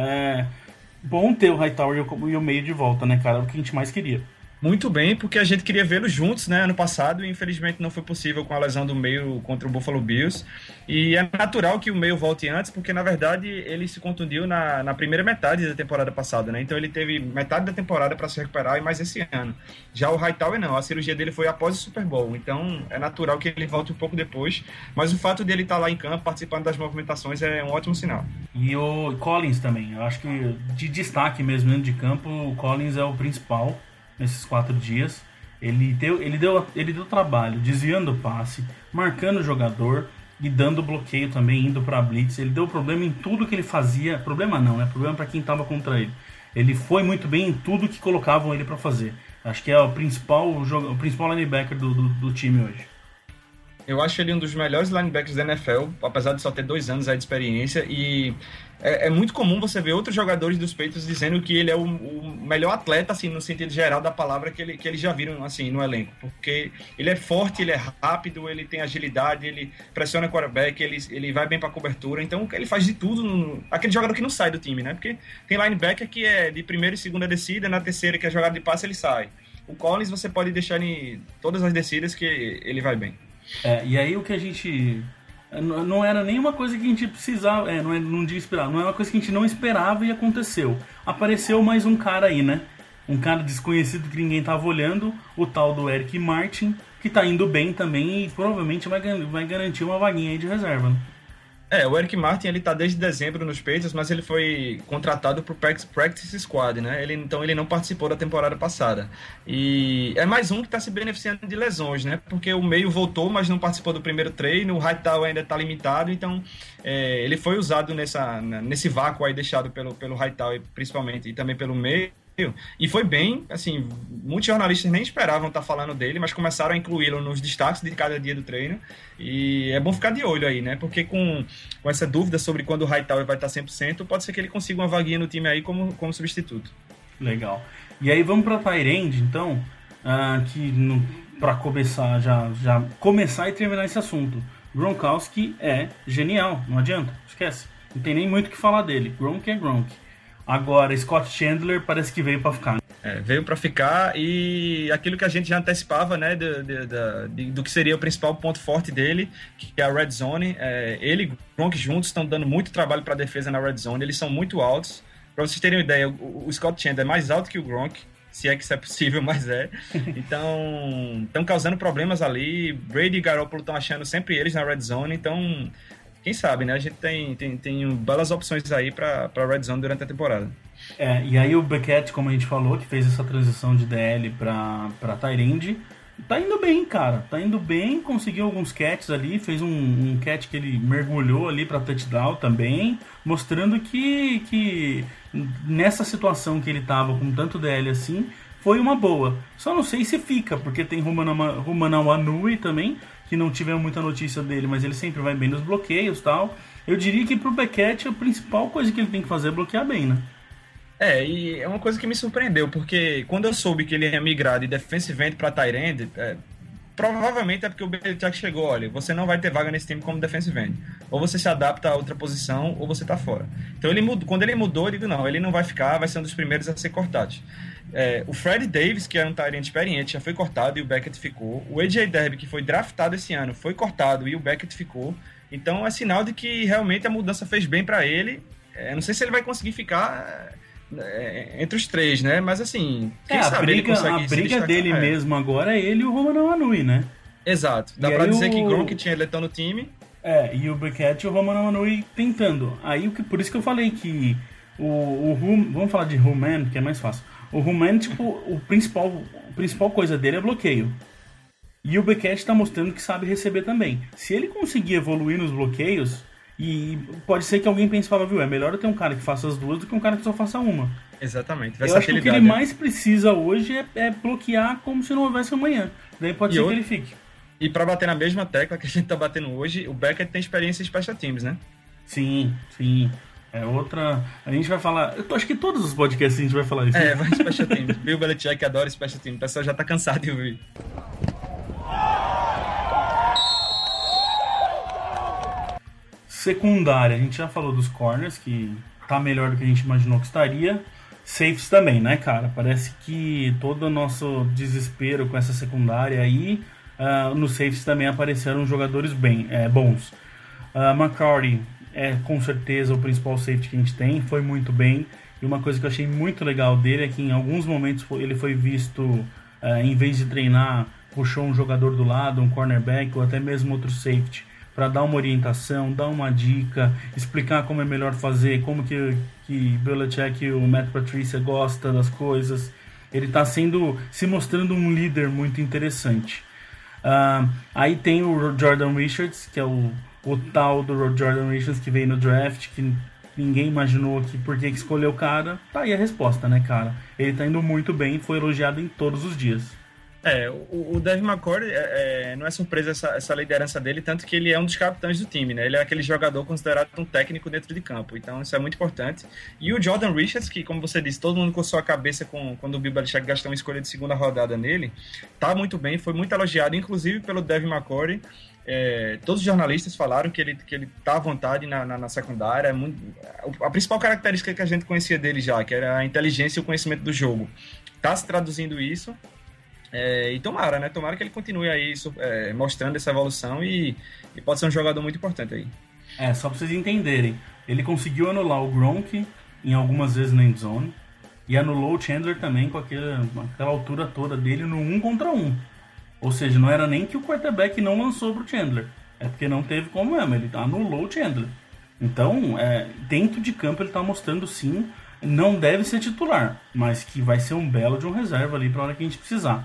É bom ter o Hightower e o Mayo de volta, né, cara? É o que a gente mais queria. Muito bem, porque a gente queria vê-los juntos, né, ano passado, e infelizmente não foi possível com a lesão do Mayo contra o Buffalo Bills. E é natural que o Mayo volte antes, porque na verdade ele se contundiu na, na primeira metade da temporada passada, né? Então ele teve metade da temporada para se recuperar e mais esse ano. Já o Hightower não, a cirurgia dele foi após o Super Bowl, então é natural que ele volte um pouco depois, mas o fato dele estar lá em campo, participando das movimentações, é um ótimo sinal. E o Collins também, eu acho que de destaque mesmo dentro de campo, o Collins é o principal nesses quatro dias. Ele deu, ele, deu, ele deu trabalho desviando o passe, marcando o jogador e dando bloqueio também, indo para blitz. Ele deu problema em tudo que ele fazia. Problema não, né? Problema para quem estava contra ele. Ele foi muito bem em tudo que colocavam ele para fazer. Acho que é o principal, o principal linebacker do, do, do time hoje. Eu acho ele um dos melhores linebackers da N F L, apesar de só ter dois anos aí de experiência, e é, é muito comum você ver outros jogadores dos Patriots dizendo que ele é o, o melhor atleta, assim, no sentido geral da palavra, que, ele, que eles já viram, assim, no elenco, porque ele é forte, ele é rápido, ele tem agilidade, ele pressiona o quarterback, ele, ele vai bem pra cobertura, então ele faz de tudo, no, aquele jogador que não sai do time, né, porque tem linebacker que é de primeira e segunda descida, na terceira que é jogada de passe ele sai. O Collins você pode deixar em todas as descidas que ele vai bem. É, e aí o que a gente... Não era nenhuma coisa que a gente precisava... É, não, é, não digo esperar. Não é uma coisa que a gente não esperava e aconteceu. Apareceu mais um cara aí, né? Um cara desconhecido que ninguém tava olhando. O tal do Eric Martin, que tá indo bem também e provavelmente vai, vai garantir uma vaguinha aí de reserva, né? É, o Eric Martin, ele tá desde dezembro nos Patriots, mas ele foi contratado pro Practice Squad, né? Ele, então ele não participou da temporada passada. E é mais um que tá se beneficiando de lesões, né? Porque o meio voltou, mas não participou do primeiro treino, o Hightower ainda tá limitado, então é, ele foi usado nessa, nesse vácuo aí deixado pelo, pelo Hightower, principalmente, e também pelo meio. E foi bem, assim, muitos jornalistas nem esperavam estar falando dele, mas começaram a incluí-lo nos destaques de cada dia do treino. E é bom ficar de olho aí, né? Porque com, com essa dúvida sobre quando o Hightower vai estar cem por cento, pode ser que ele consiga uma vaguinha no time aí como, como substituto. Legal. E aí vamos para tight end, então, uh, que para começar já, já começar e terminar esse assunto. Gronkowski é genial, não adianta, esquece. Não tem nem muito o que falar dele. Gronk é Gronk. Agora, Scott Chandler parece que veio para ficar. É, veio para ficar e aquilo que a gente já antecipava, né, de, de, de, do que seria o principal ponto forte dele, que é a Red Zone. É, ele e Gronk juntos estão dando muito trabalho para a defesa na Red Zone, eles são muito altos. Para vocês terem uma ideia, o, o Scott Chandler é mais alto que o Gronk, se é que isso é possível, mas é. Então, estão causando problemas ali. Brady e Garoppolo estão achando sempre eles na Red Zone, então... Quem sabe, né? A gente tem, tem, tem belas opções aí para para Red Zone durante a temporada. É, e aí o Beckett, como a gente falou, que fez essa transição de D L para para tight end, tá indo bem, cara. Tá indo bem, conseguiu alguns catches ali, fez um, um catch que ele mergulhou ali para touchdown também, mostrando que, que nessa situação que ele tava com tanto D L assim, foi uma boa. Só não sei se fica, porque tem Rumana Wanui também, que não tivemos muita notícia dele, mas ele sempre vai bem nos bloqueios e tal. Eu diria que pro Beckett a principal coisa que ele tem que fazer é bloquear bem, né? É, e é uma coisa que me surpreendeu, porque quando eu soube que ele ia migrar de defensive end para tight end, é, provavelmente é porque o Belichick chegou, olha, você não vai ter vaga nesse time como defensive end. Ou você se adapta a outra posição, ou você tá fora. Então, ele mudou, quando ele mudou, eu digo, não, ele não vai ficar, vai ser um dos primeiros a ser cortado. É, o Fred Davis, que era um tight end experiente, já foi cortado e o Beckett ficou. O A J Derby, que foi draftado esse ano, foi cortado e o Beckett ficou. Então, é sinal de que realmente a mudança fez bem para ele. É, não sei se ele vai conseguir ficar... entre os três, né? Mas assim, quem é, a sabe briga, ele consegue a briga destacar, dele é. mesmo agora é ele e o Romano Anui, né? Exato. Dá e pra dizer o... que Gronk tinha eletão no time. É, e o Beckett e o Romano Anui tentando. Aí, por isso que eu falei que o, o Hum, vamos falar de Human, que é mais fácil. O Human, tipo, o principal, a principal coisa dele é bloqueio. E o Beckett tá mostrando que sabe receber também. Se ele conseguir evoluir nos bloqueios, e pode ser que alguém pense e fala, viu, é melhor eu ter um cara que faça as duas do que um cara que só faça uma. Exatamente. Eu acho que o que ele mais precisa hoje é, é bloquear como se não houvesse amanhã. Daí pode e ser outro... que ele fique. E pra bater na mesma tecla que a gente tá batendo hoje, o Beckett tem experiência em special teams, né? Sim, sim. É outra... A gente vai falar... Eu acho que todos os podcasts a gente vai falar isso. É, vai special teams. Bill Belichick adora special teams. O pessoal já tá cansado de ouvir. Secundária, a gente já falou dos corners, que tá melhor do que a gente imaginou que estaria. Safes também, né, cara? Parece que todo o nosso desespero com essa secundária aí, uh, nos safes também apareceram jogadores bem, é, bons. Uh, McCarty é com certeza o principal safety que a gente tem, foi muito bem. E uma coisa que eu achei muito legal dele é que em alguns momentos ele foi visto, uh, em vez de treinar, puxou um jogador do lado, um cornerback ou até mesmo outro safety, para dar uma orientação, dar uma dica, explicar como é melhor fazer, como que, que Belichick e o Matt Patricia gostam das coisas. Ele está sendo, se mostrando um líder muito interessante. Uh, aí tem o Jordan Richards, que é o, o tal do Jordan Richards que veio no draft, que ninguém imaginou que por que escolheu o cara. Tá aí a resposta, né, cara? Ele tá indo muito bem e foi elogiado em todos os dias. É, o, o Devin McCourty é, é, não é surpresa essa, essa liderança dele, tanto que ele é um dos capitães do time, né? Ele é aquele jogador considerado um técnico dentro de campo, então isso é muito importante. E o Jordan Richards, que como você disse, todo mundo coçou a cabeça com, quando o Bill Belichick gastou uma escolha de segunda rodada nele, tá muito bem, foi muito elogiado, inclusive pelo Devin McCourty. É, todos os jornalistas falaram que ele, que ele tá à vontade na, na, na secundária. É muito, a principal característica que a gente conhecia dele já, que era a inteligência e o conhecimento do jogo, tá se traduzindo isso. É, e tomara, né? Tomara que ele continue aí é, mostrando essa evolução e, e pode ser um jogador muito importante aí. É, só pra vocês entenderem, ele conseguiu anular o Gronk em algumas vezes na endzone e anulou o Chandler também com aquele, aquela altura toda dele no um contra um. Ou seja, não era nem que o quarterback não lançou pro Chandler, é porque não teve como mesmo, ele anulou o Chandler. Então, é, dentro de campo ele tá mostrando sim, não deve ser titular, mas que vai ser um belo de um reserva ali pra hora que a gente precisar.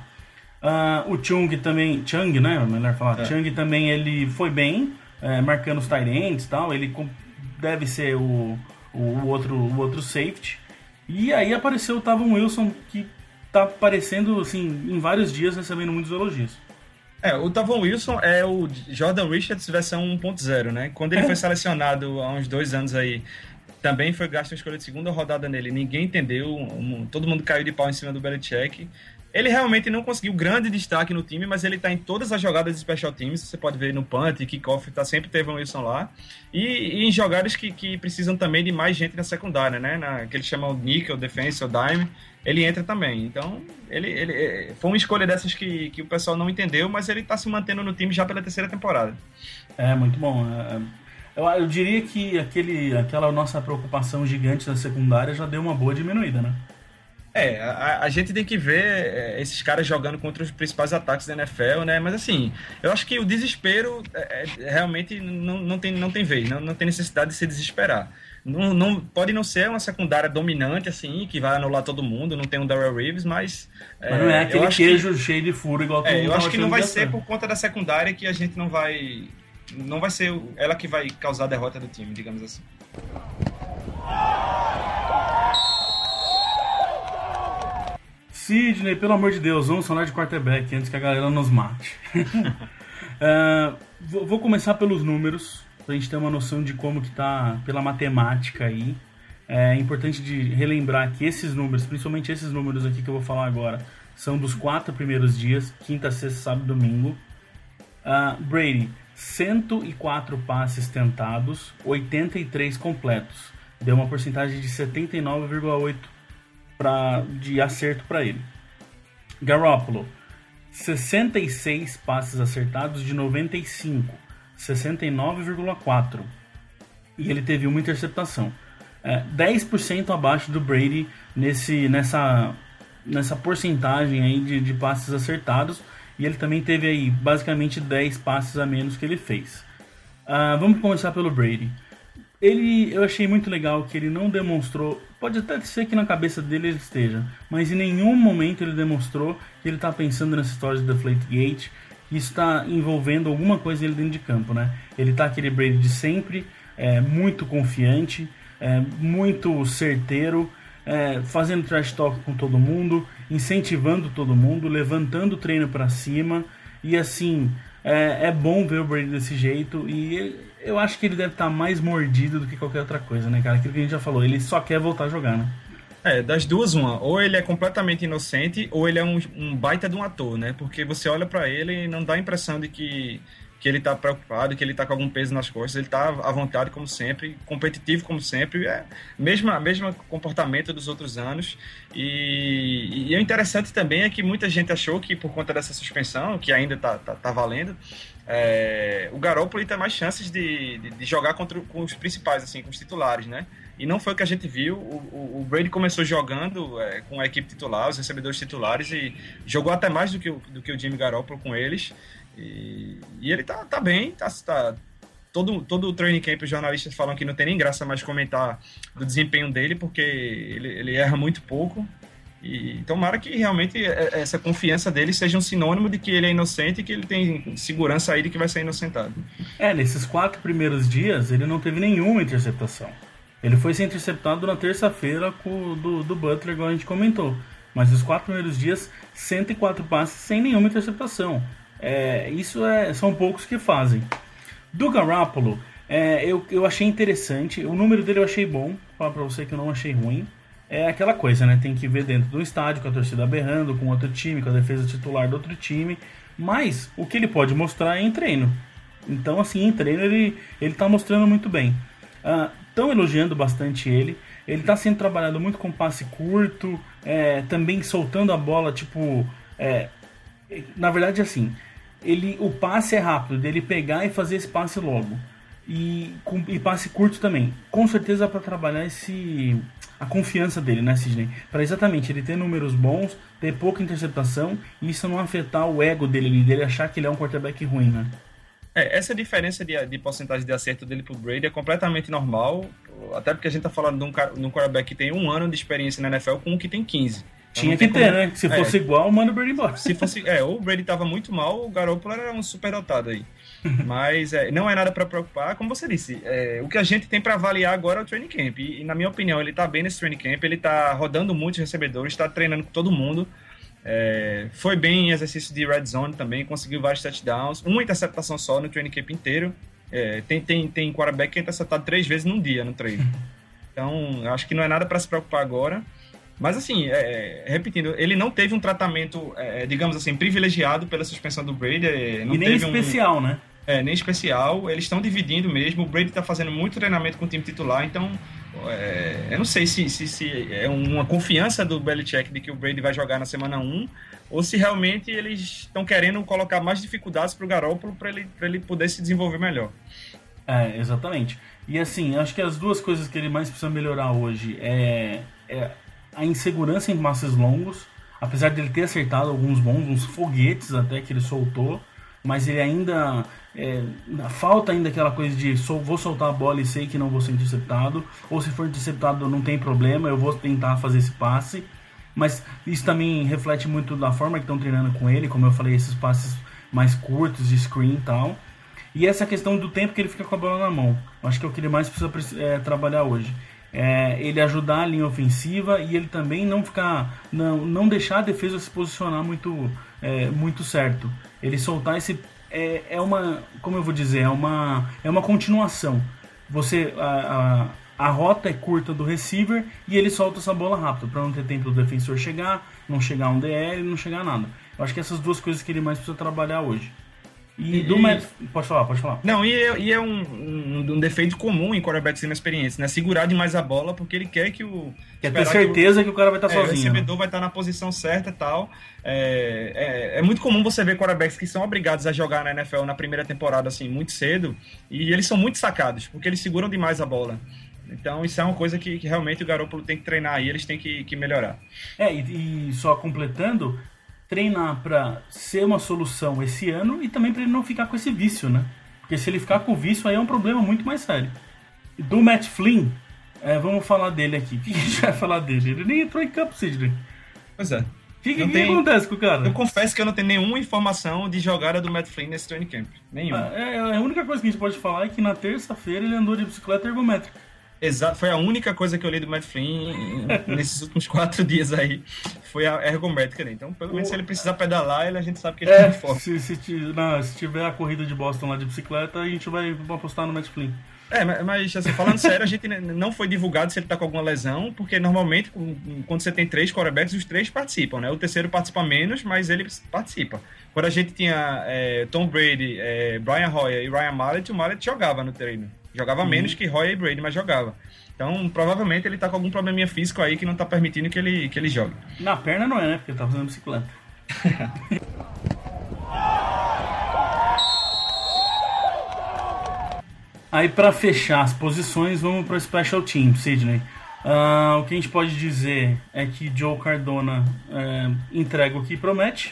Uh, o Chung também, Chung, né? Melhor falar, é. Chung também ele foi bem, é, marcando os tight ends e tal. Ele deve ser o, o, outro, o outro safety. E aí apareceu o Tavon Wilson, que tá aparecendo assim, em vários dias, recebendo muitos elogios. É, o Tavon Wilson é o Jordan Richards versão um ponto zero, né? Quando ele é. foi selecionado há uns dois anos aí, também foi gasto uma escolha de segunda rodada nele. Ninguém entendeu, um, todo mundo caiu de pau em cima do Belichick. Ele realmente não conseguiu grande destaque no time, mas ele tá em todas as jogadas de special teams. Você pode ver no punt, kickoff, tá sempre teve um Wilson lá. E, e em jogadas que, que precisam também de mais gente na secundária, né? Na, que eles chamam de nickel, defense ou dime, ele entra também. Então, ele, ele foi uma escolha dessas que, que o pessoal não entendeu, mas ele tá se mantendo no time já pela terceira temporada. É, muito bom. Eu, eu diria que aquele, aquela nossa preocupação gigante da secundária já deu uma boa diminuída, né? É, a, a gente tem que ver é, esses caras jogando contra os principais ataques da N F L, né? Mas assim, eu acho que o desespero é, é, realmente não, não, tem, não tem vez, não, não tem necessidade de se desesperar. Não, não, pode não ser uma secundária dominante, assim, que vai anular todo mundo, não tem um Darrell Reeves, mas... Mas é, não é aquele queijo que, cheio de furo igual todo é, mundo. Eu acho que não vai ser por conta da secundária que a gente não vai... Não vai ser ela que vai causar a derrota do time, digamos assim. Sidney, pelo amor de Deus, vamos falar de quarterback antes que a galera nos mate. uh, vou, vou começar pelos números, pra gente ter uma noção de como que tá pela matemática aí. É importante de relembrar que esses números, principalmente esses números aqui que eu vou falar agora, são dos quatro primeiros dias, quinta, sexta, sábado e domingo. Uh, Brady, cento e quatro passes tentados, oitenta e três completos. Deu uma porcentagem de setenta e nove vírgula oito por cento de acerto para ele. Garoppolo, sessenta e seis passes acertados de noventa e cinco, sessenta e nove vírgula quatro por cento. E ele teve uma interceptação. É, dez por cento abaixo do Brady nesse, nessa, nessa porcentagem aí de, de passes acertados. E ele também teve aí basicamente dez passes a menos que ele fez. Uh, vamos começar pelo Brady. Ele, eu achei muito legal que ele não demonstrou, pode até ser que na cabeça dele ele esteja, mas em nenhum momento ele demonstrou que ele está pensando nessa história de Deflategate, que isso está envolvendo alguma coisa ele dentro de campo, né? Ele está aquele Brady de sempre, é, muito confiante, é, muito certeiro, é, fazendo trash talk com todo mundo, incentivando todo mundo, levantando o treino para cima, e assim, é, é bom ver o Brady desse jeito, e eu acho que ele deve estar mais mordido do que qualquer outra coisa, né, cara? Aquilo que a gente já falou, ele só quer voltar a jogar, né? É, das duas, uma. Ou ele é completamente inocente, ou ele é um, um baita de um ator, né? Porque você olha pra ele e não dá a impressão de que, que ele tá preocupado, que ele tá com algum peso nas costas. Ele tá à vontade, como sempre, competitivo, como sempre. É mesmo, mesmo comportamento dos outros anos. E, e o interessante também é que muita gente achou que, por conta dessa suspensão, que ainda tá, tá, tá valendo, é, o Garoppolo tem mais chances de, de, de jogar contra, com os principais, assim, com os titulares, né? E não foi o que a gente viu. O, o, o Brady começou jogando é, com a equipe titular, os recebedores titulares, e jogou até mais do que o, do que o Jimmy Garoppolo com eles. E, e ele tá, tá bem, tá, tá, todo, todo o training camp, os jornalistas falam que não tem nem graça mais comentar do desempenho dele, porque ele, ele erra muito pouco. E tomara que realmente essa confiança dele seja um sinônimo de que ele é inocente e que ele tem segurança aí de que vai ser inocentado. É, nesses quatro primeiros dias ele não teve nenhuma interceptação. Ele foi ser interceptado na terça-feira com o do, do Butler, igual a gente comentou. Mas nos quatro primeiros dias, cento e quatro passes sem nenhuma interceptação. É, isso é, são poucos que fazem. Do Garoppolo, é, eu, eu achei interessante. O número dele eu achei bom. Vou falar pra você que eu não achei ruim. É aquela coisa, né? Tem que ver dentro do estádio, com a torcida berrando, com outro time, com a defesa titular do outro time. Mas o que ele pode mostrar é em treino. Então, assim, em treino ele, ele tá mostrando muito bem. Estão uh, elogiando bastante ele. Ele está sendo trabalhado muito com passe curto, é, também soltando a bola, tipo... É, na verdade, assim, ele, o passe é rápido, dele pegar e fazer esse passe logo. E, com, e passe curto também. Com certeza para trabalhar esse, a confiança dele, né, Sidney? Para exatamente ele ter números bons, ter pouca interceptação, e isso não afetar o ego dele, dele achar que ele é um quarterback ruim, né? É, essa diferença de, de porcentagem de acerto dele pro Brady é completamente normal, até porque a gente tá falando de um, de um quarterback que tem um ano de experiência na N F L com um que tem quinze. Então tinha que ter, como... né? Se fosse é, igual, manda o Brady embora. Se fosse, é, ou o Brady tava muito mal, o Garoppolo era um superdotado aí. Mas é, não é nada para preocupar, como você disse. É, o que a gente tem para avaliar agora é o training camp. E, e, na minha opinião, ele tá bem nesse training camp, ele tá rodando muitos recebedores, tá treinando com todo mundo. É, foi bem em exercício de red zone também, conseguiu vários touchdowns, uma interceptação só no training camp inteiro. É, tem, tem, tem quarterback que é interceptado três vezes num dia no treino. Então, eu acho que não é nada para se preocupar agora. Mas assim, é, repetindo, ele não teve um tratamento, é, digamos assim, privilegiado pela suspensão do Brady. Não e nem teve especial, um, né? É, nem especial. Eles estão dividindo mesmo. O Brady está fazendo muito treinamento com o time titular, então é, eu não sei se, se, se é uma confiança do Belichick de que o Brady vai jogar na semana um, ou se realmente eles estão querendo colocar mais dificuldades para o Garoppolo para ele, para ele poder se desenvolver melhor. É, exatamente. E assim, acho que as duas coisas que ele mais precisa melhorar hoje é... é a insegurança em passes longos, apesar de ele ter acertado alguns bons, uns foguetes até que ele soltou, mas ele ainda é, falta ainda aquela coisa de sou, vou soltar a bola e sei que não vou ser interceptado, ou se for interceptado não tem problema, eu vou tentar fazer esse passe. Mas isso também reflete muito da forma que estão treinando com ele, como eu falei, esses passes mais curtos de screen e tal. E essa questão do tempo que ele fica com a bola na mão, acho que é o que ele mais precisa é, trabalhar hoje. É, ele ajudar a linha ofensiva e ele também não ficar, não, não deixar a defesa se posicionar muito, é, muito certo. Ele soltar esse é, é uma, como eu vou dizer, é uma, é uma continuação. Você, a, a rota é curta do receiver e ele solta essa bola rápido, para não ter tempo do defensor chegar, não chegar um D L, não chegar nada. Eu acho que essas duas coisas que ele mais precisa trabalhar hoje. E, e do Matt... Pode falar, pode falar. Não, e é, e é um, um, um defeito comum em quarterbacks sem experiência, né? Segurar demais a bola porque ele quer que o... Quer ter certeza que o, que o cara vai estar é, sozinho. O recebedor né? vai estar na posição certa e tal. É, é, é muito comum você ver quarterbacks que são obrigados a jogar na N F L na primeira temporada, assim, muito cedo, e eles são muito sacados, porque eles seguram demais a bola. Então isso é uma coisa que, que realmente o Garoppolo tem que treinar e eles têm que, que melhorar. É, e, e só completando... treinar para ser uma solução esse ano e também para ele não ficar com esse vício, né? Porque se ele ficar com o vício, aí é um problema muito mais sério. Do Matt Flynn, é, vamos falar dele aqui. O que a gente vai falar dele? Ele nem entrou em campo, Sidney. Pois é. O que, que, tem... que acontece com o cara? Eu confesso que eu não tenho nenhuma informação de jogada do Matt Flynn nesse training camp. Nenhuma. É, é, a única coisa que a gente pode falar é que na terça-feira ele andou de bicicleta ergométrica. Exato, foi a única coisa que eu li do Matt Flynn nesses últimos quatro dias aí, foi a ergométrica dele. Então, pelo menos se ele precisar pedalar, ele, a gente sabe que ele é, tem forte. Se, se, não, se tiver a corrida de Boston lá de bicicleta, a gente vai apostar no Matt Flynn. É, mas assim, falando sério, a gente não foi divulgado se ele tá com alguma lesão, porque normalmente, quando você tem três quarterbacks, os três participam, né? O terceiro participa menos, mas ele participa. Quando a gente tinha é, Tom Brady, é, Brian Hoyer e Ryan Mallett, o Mallett jogava no treino. Jogava uhum. menos que Hoyer e Brady, mas jogava. Então, provavelmente, ele tá com algum probleminha físico aí que não tá permitindo que ele, que ele jogue. Na perna não é, né? Porque ele tá fazendo bicicleta. Aí, pra fechar as posições, vamos pro Special Team, Sidney. Uh, o que a gente pode dizer é que Joe Cardona uh, entrega o que promete.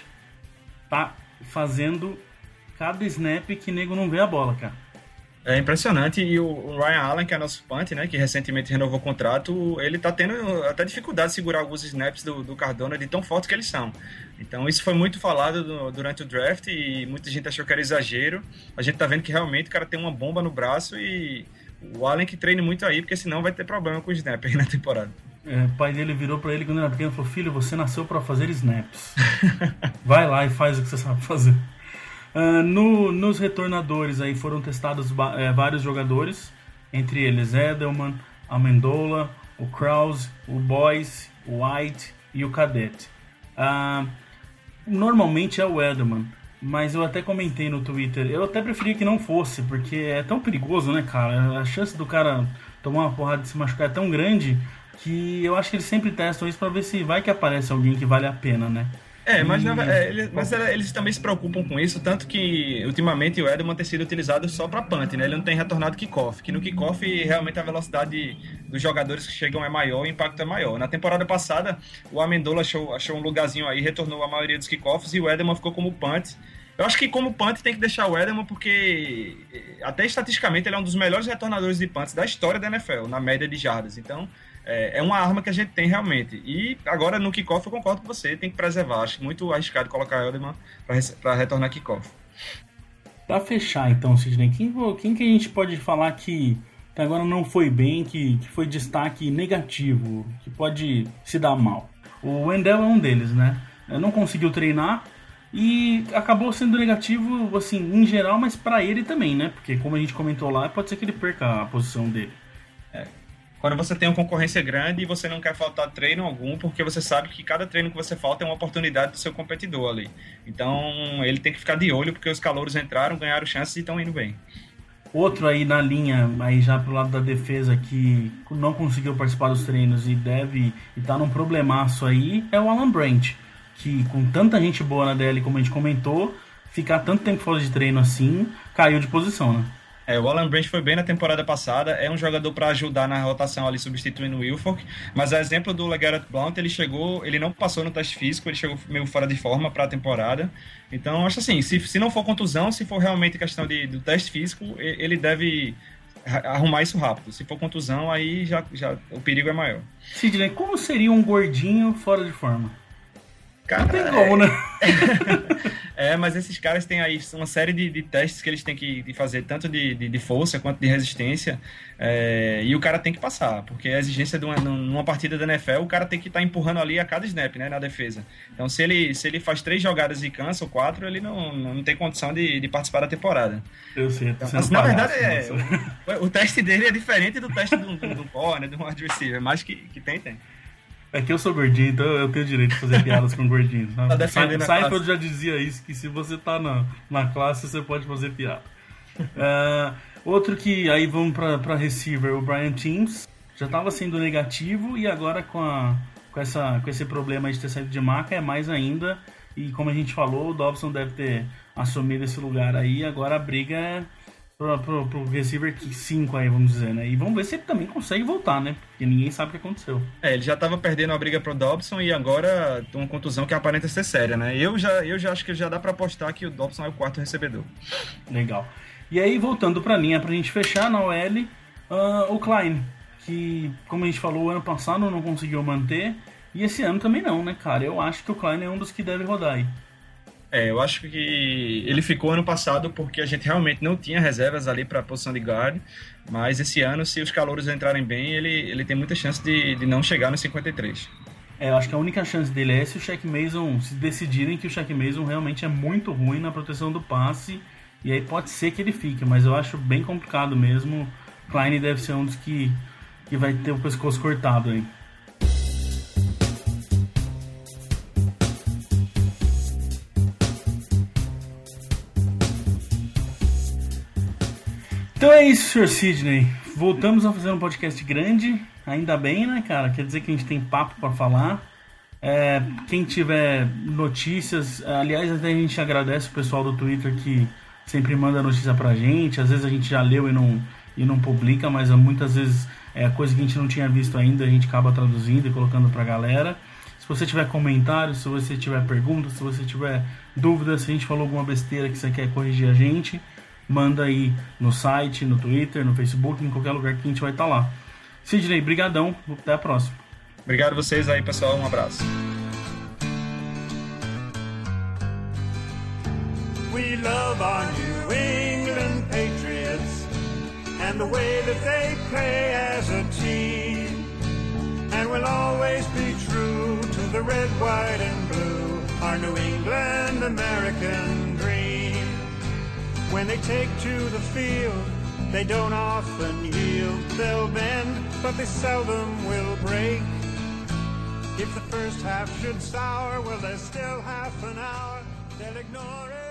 Tá fazendo cada snap que nego não vê a bola, cara. É impressionante, e o Ryan Allen, que é nosso punt, né, que recentemente renovou o contrato, ele tá tendo até dificuldade de segurar alguns snaps do, do Cardona de tão fortes que eles são. Então isso foi muito falado do, durante o draft e muita gente achou que era exagero. A gente tá vendo que realmente o cara tem uma bomba no braço e o Allen que treine muito aí, porque senão vai ter problema com o snap aí na temporada. É, o pai dele virou pra ele quando ele era pequeno e falou: filho, você nasceu pra fazer snaps. Vai lá e faz o que você sabe fazer. Uh, no, nos retornadores aí foram testados é, vários jogadores, entre eles Edelman, Amendola, o Krause, o Boyce, o White e o Cadet. Uh, normalmente é o Edelman, mas eu até comentei no Twitter, eu até preferia que não fosse, porque é tão perigoso, né, cara? A chance do cara tomar uma porrada e se machucar é tão grande que eu acho que eles sempre testam isso pra ver se vai que aparece alguém que vale a pena, né? É, mas, na, é, ele, mas eles também se preocupam com isso, tanto que ultimamente o Edelman tem sido utilizado só para punt, né? Ele não tem retornado kickoff, que no kickoff realmente a velocidade dos jogadores que chegam é maior, o impacto é maior. Na temporada passada, o Amendola achou, achou um lugarzinho aí, retornou a maioria dos kickoffs e o Edelman ficou como punt. Eu acho que como punt tem que deixar o Edelman porque até estatisticamente ele é um dos melhores retornadores de punts da história da N F L, na média de jardas. Então é uma arma que a gente tem realmente. E agora no kickoff eu concordo com você, tem que preservar. Acho muito arriscado colocar o Edelman para retornar kickoff. Pra fechar então, Sidney, quem, quem que a gente pode falar que, que agora não foi bem, que, que foi destaque negativo, que pode se dar mal? O Wendell é um deles, né? Não conseguiu treinar e acabou sendo negativo, assim, em geral, mas pra ele também, né? Porque como a gente comentou lá, pode ser que ele perca a posição dele. É. Quando você tem uma concorrência grande e você não quer faltar treino algum, porque você sabe que cada treino que você falta é uma oportunidade do seu competidor ali. Então, ele tem que ficar de olho, porque os calouros entraram, ganharam chances e estão indo bem. Outro aí na linha, aí já pro lado da defesa, que não conseguiu participar dos treinos e deve estar num problemaço aí, é o Alan Branch, que com tanta gente boa na D L, como a gente comentou, ficar tanto tempo fora de treino assim, caiu de posição, né? É, o Alan Branch foi bem na temporada passada, é um jogador para ajudar na rotação ali, substituindo o Wilfork, mas a exemplo do LeGarrette Blount, ele chegou, ele não passou no teste físico, ele chegou meio fora de forma para a temporada, então acho assim, se, se não for contusão, se for realmente questão de, do teste físico, ele deve arrumar isso rápido, se for contusão, aí já, já o perigo é maior. Sidney, como seria um gordinho fora de forma? Cara, não tem como, né? É, mas esses caras têm aí uma série de, de testes que eles têm que de fazer, tanto de, de, de força quanto de resistência, é, e o cara tem que passar, porque a exigência de uma, numa partida da N F L, o cara tem que estar tá empurrando ali a cada snap, né, na defesa. Então, se ele, se ele faz três jogadas e cansa, ou quatro, ele não, não tem condição de, de participar da temporada. Eu sei, então, mas, na verdade, é, o, o teste dele é diferente do teste do, do, do corner, do wide receiver, mas que, que tem, tem. É que eu sou gordinho, então eu tenho direito de fazer piadas com gordinhos. Tá defendendo a Seinfeld já dizia isso, que se você tá na, na classe, você pode fazer piada. uh, outro que, aí vamos pra, pra receiver, o Brian Teams, já tava sendo negativo e agora com, a, com, essa, com esse problema de ter saído de maca é mais ainda. E como a gente falou, o Dobson deve ter assumido esse lugar aí, agora a briga é pro, pro, pro receiver cinco aí, vamos dizer, né? E vamos ver se ele também consegue voltar, né? Porque ninguém sabe o que aconteceu. É, ele já tava perdendo a briga pro Dobson e agora tem uma contusão que aparenta ser séria, né? Eu já, eu já acho que já dá pra apostar que o Dobson é o quarto recebedor. Legal. E aí, voltando pra linha, pra gente fechar na O L, uh, o Klein, que, como a gente falou, o ano passado não conseguiu manter, e esse ano também não, né, cara? Eu acho que o Klein é um dos que deve rodar aí. É, eu acho que ele ficou ano passado porque a gente realmente não tinha reservas ali para a posição de guard, mas esse ano, se os calouros entrarem bem, ele, ele tem muita chance de, de não chegar nos cinquenta e três. É, eu acho que a única chance dele é se o Shaq Mason, se decidirem que o Shaq Mason realmente é muito ruim na proteção do passe, e aí pode ser que ele fique, mas eu acho bem complicado mesmo. Klein deve ser um dos que, que vai ter o pescoço cortado aí. Então é isso, senhor Sidney. Voltamos a fazer um podcast grande, ainda bem, né, cara? Quer dizer que a gente tem papo para falar. É, quem tiver notícias, aliás, até a gente agradece o pessoal do Twitter que sempre manda notícia pra gente. Às vezes a gente já leu e não, e não publica, mas muitas vezes é coisa que a gente não tinha visto ainda, a gente acaba traduzindo e colocando pra galera. Se você tiver comentários, se você tiver perguntas, se você tiver dúvidas, se a gente falou alguma besteira que você quer corrigir a gente, manda aí no site, no Twitter, no Facebook, em qualquer lugar que a gente vai estar lá. Sidney, brigadão, até a próxima. Obrigado a vocês aí, pessoal, um abraço. We love our New England Patriots and the way that they play as a team, and we'll always be true to the red, white and blue, our New England American dream. When they take to the field, they don't often yield. They'll bend, but they seldom will break. If the first half should sour, well, there's still half an hour. They'll ignore it.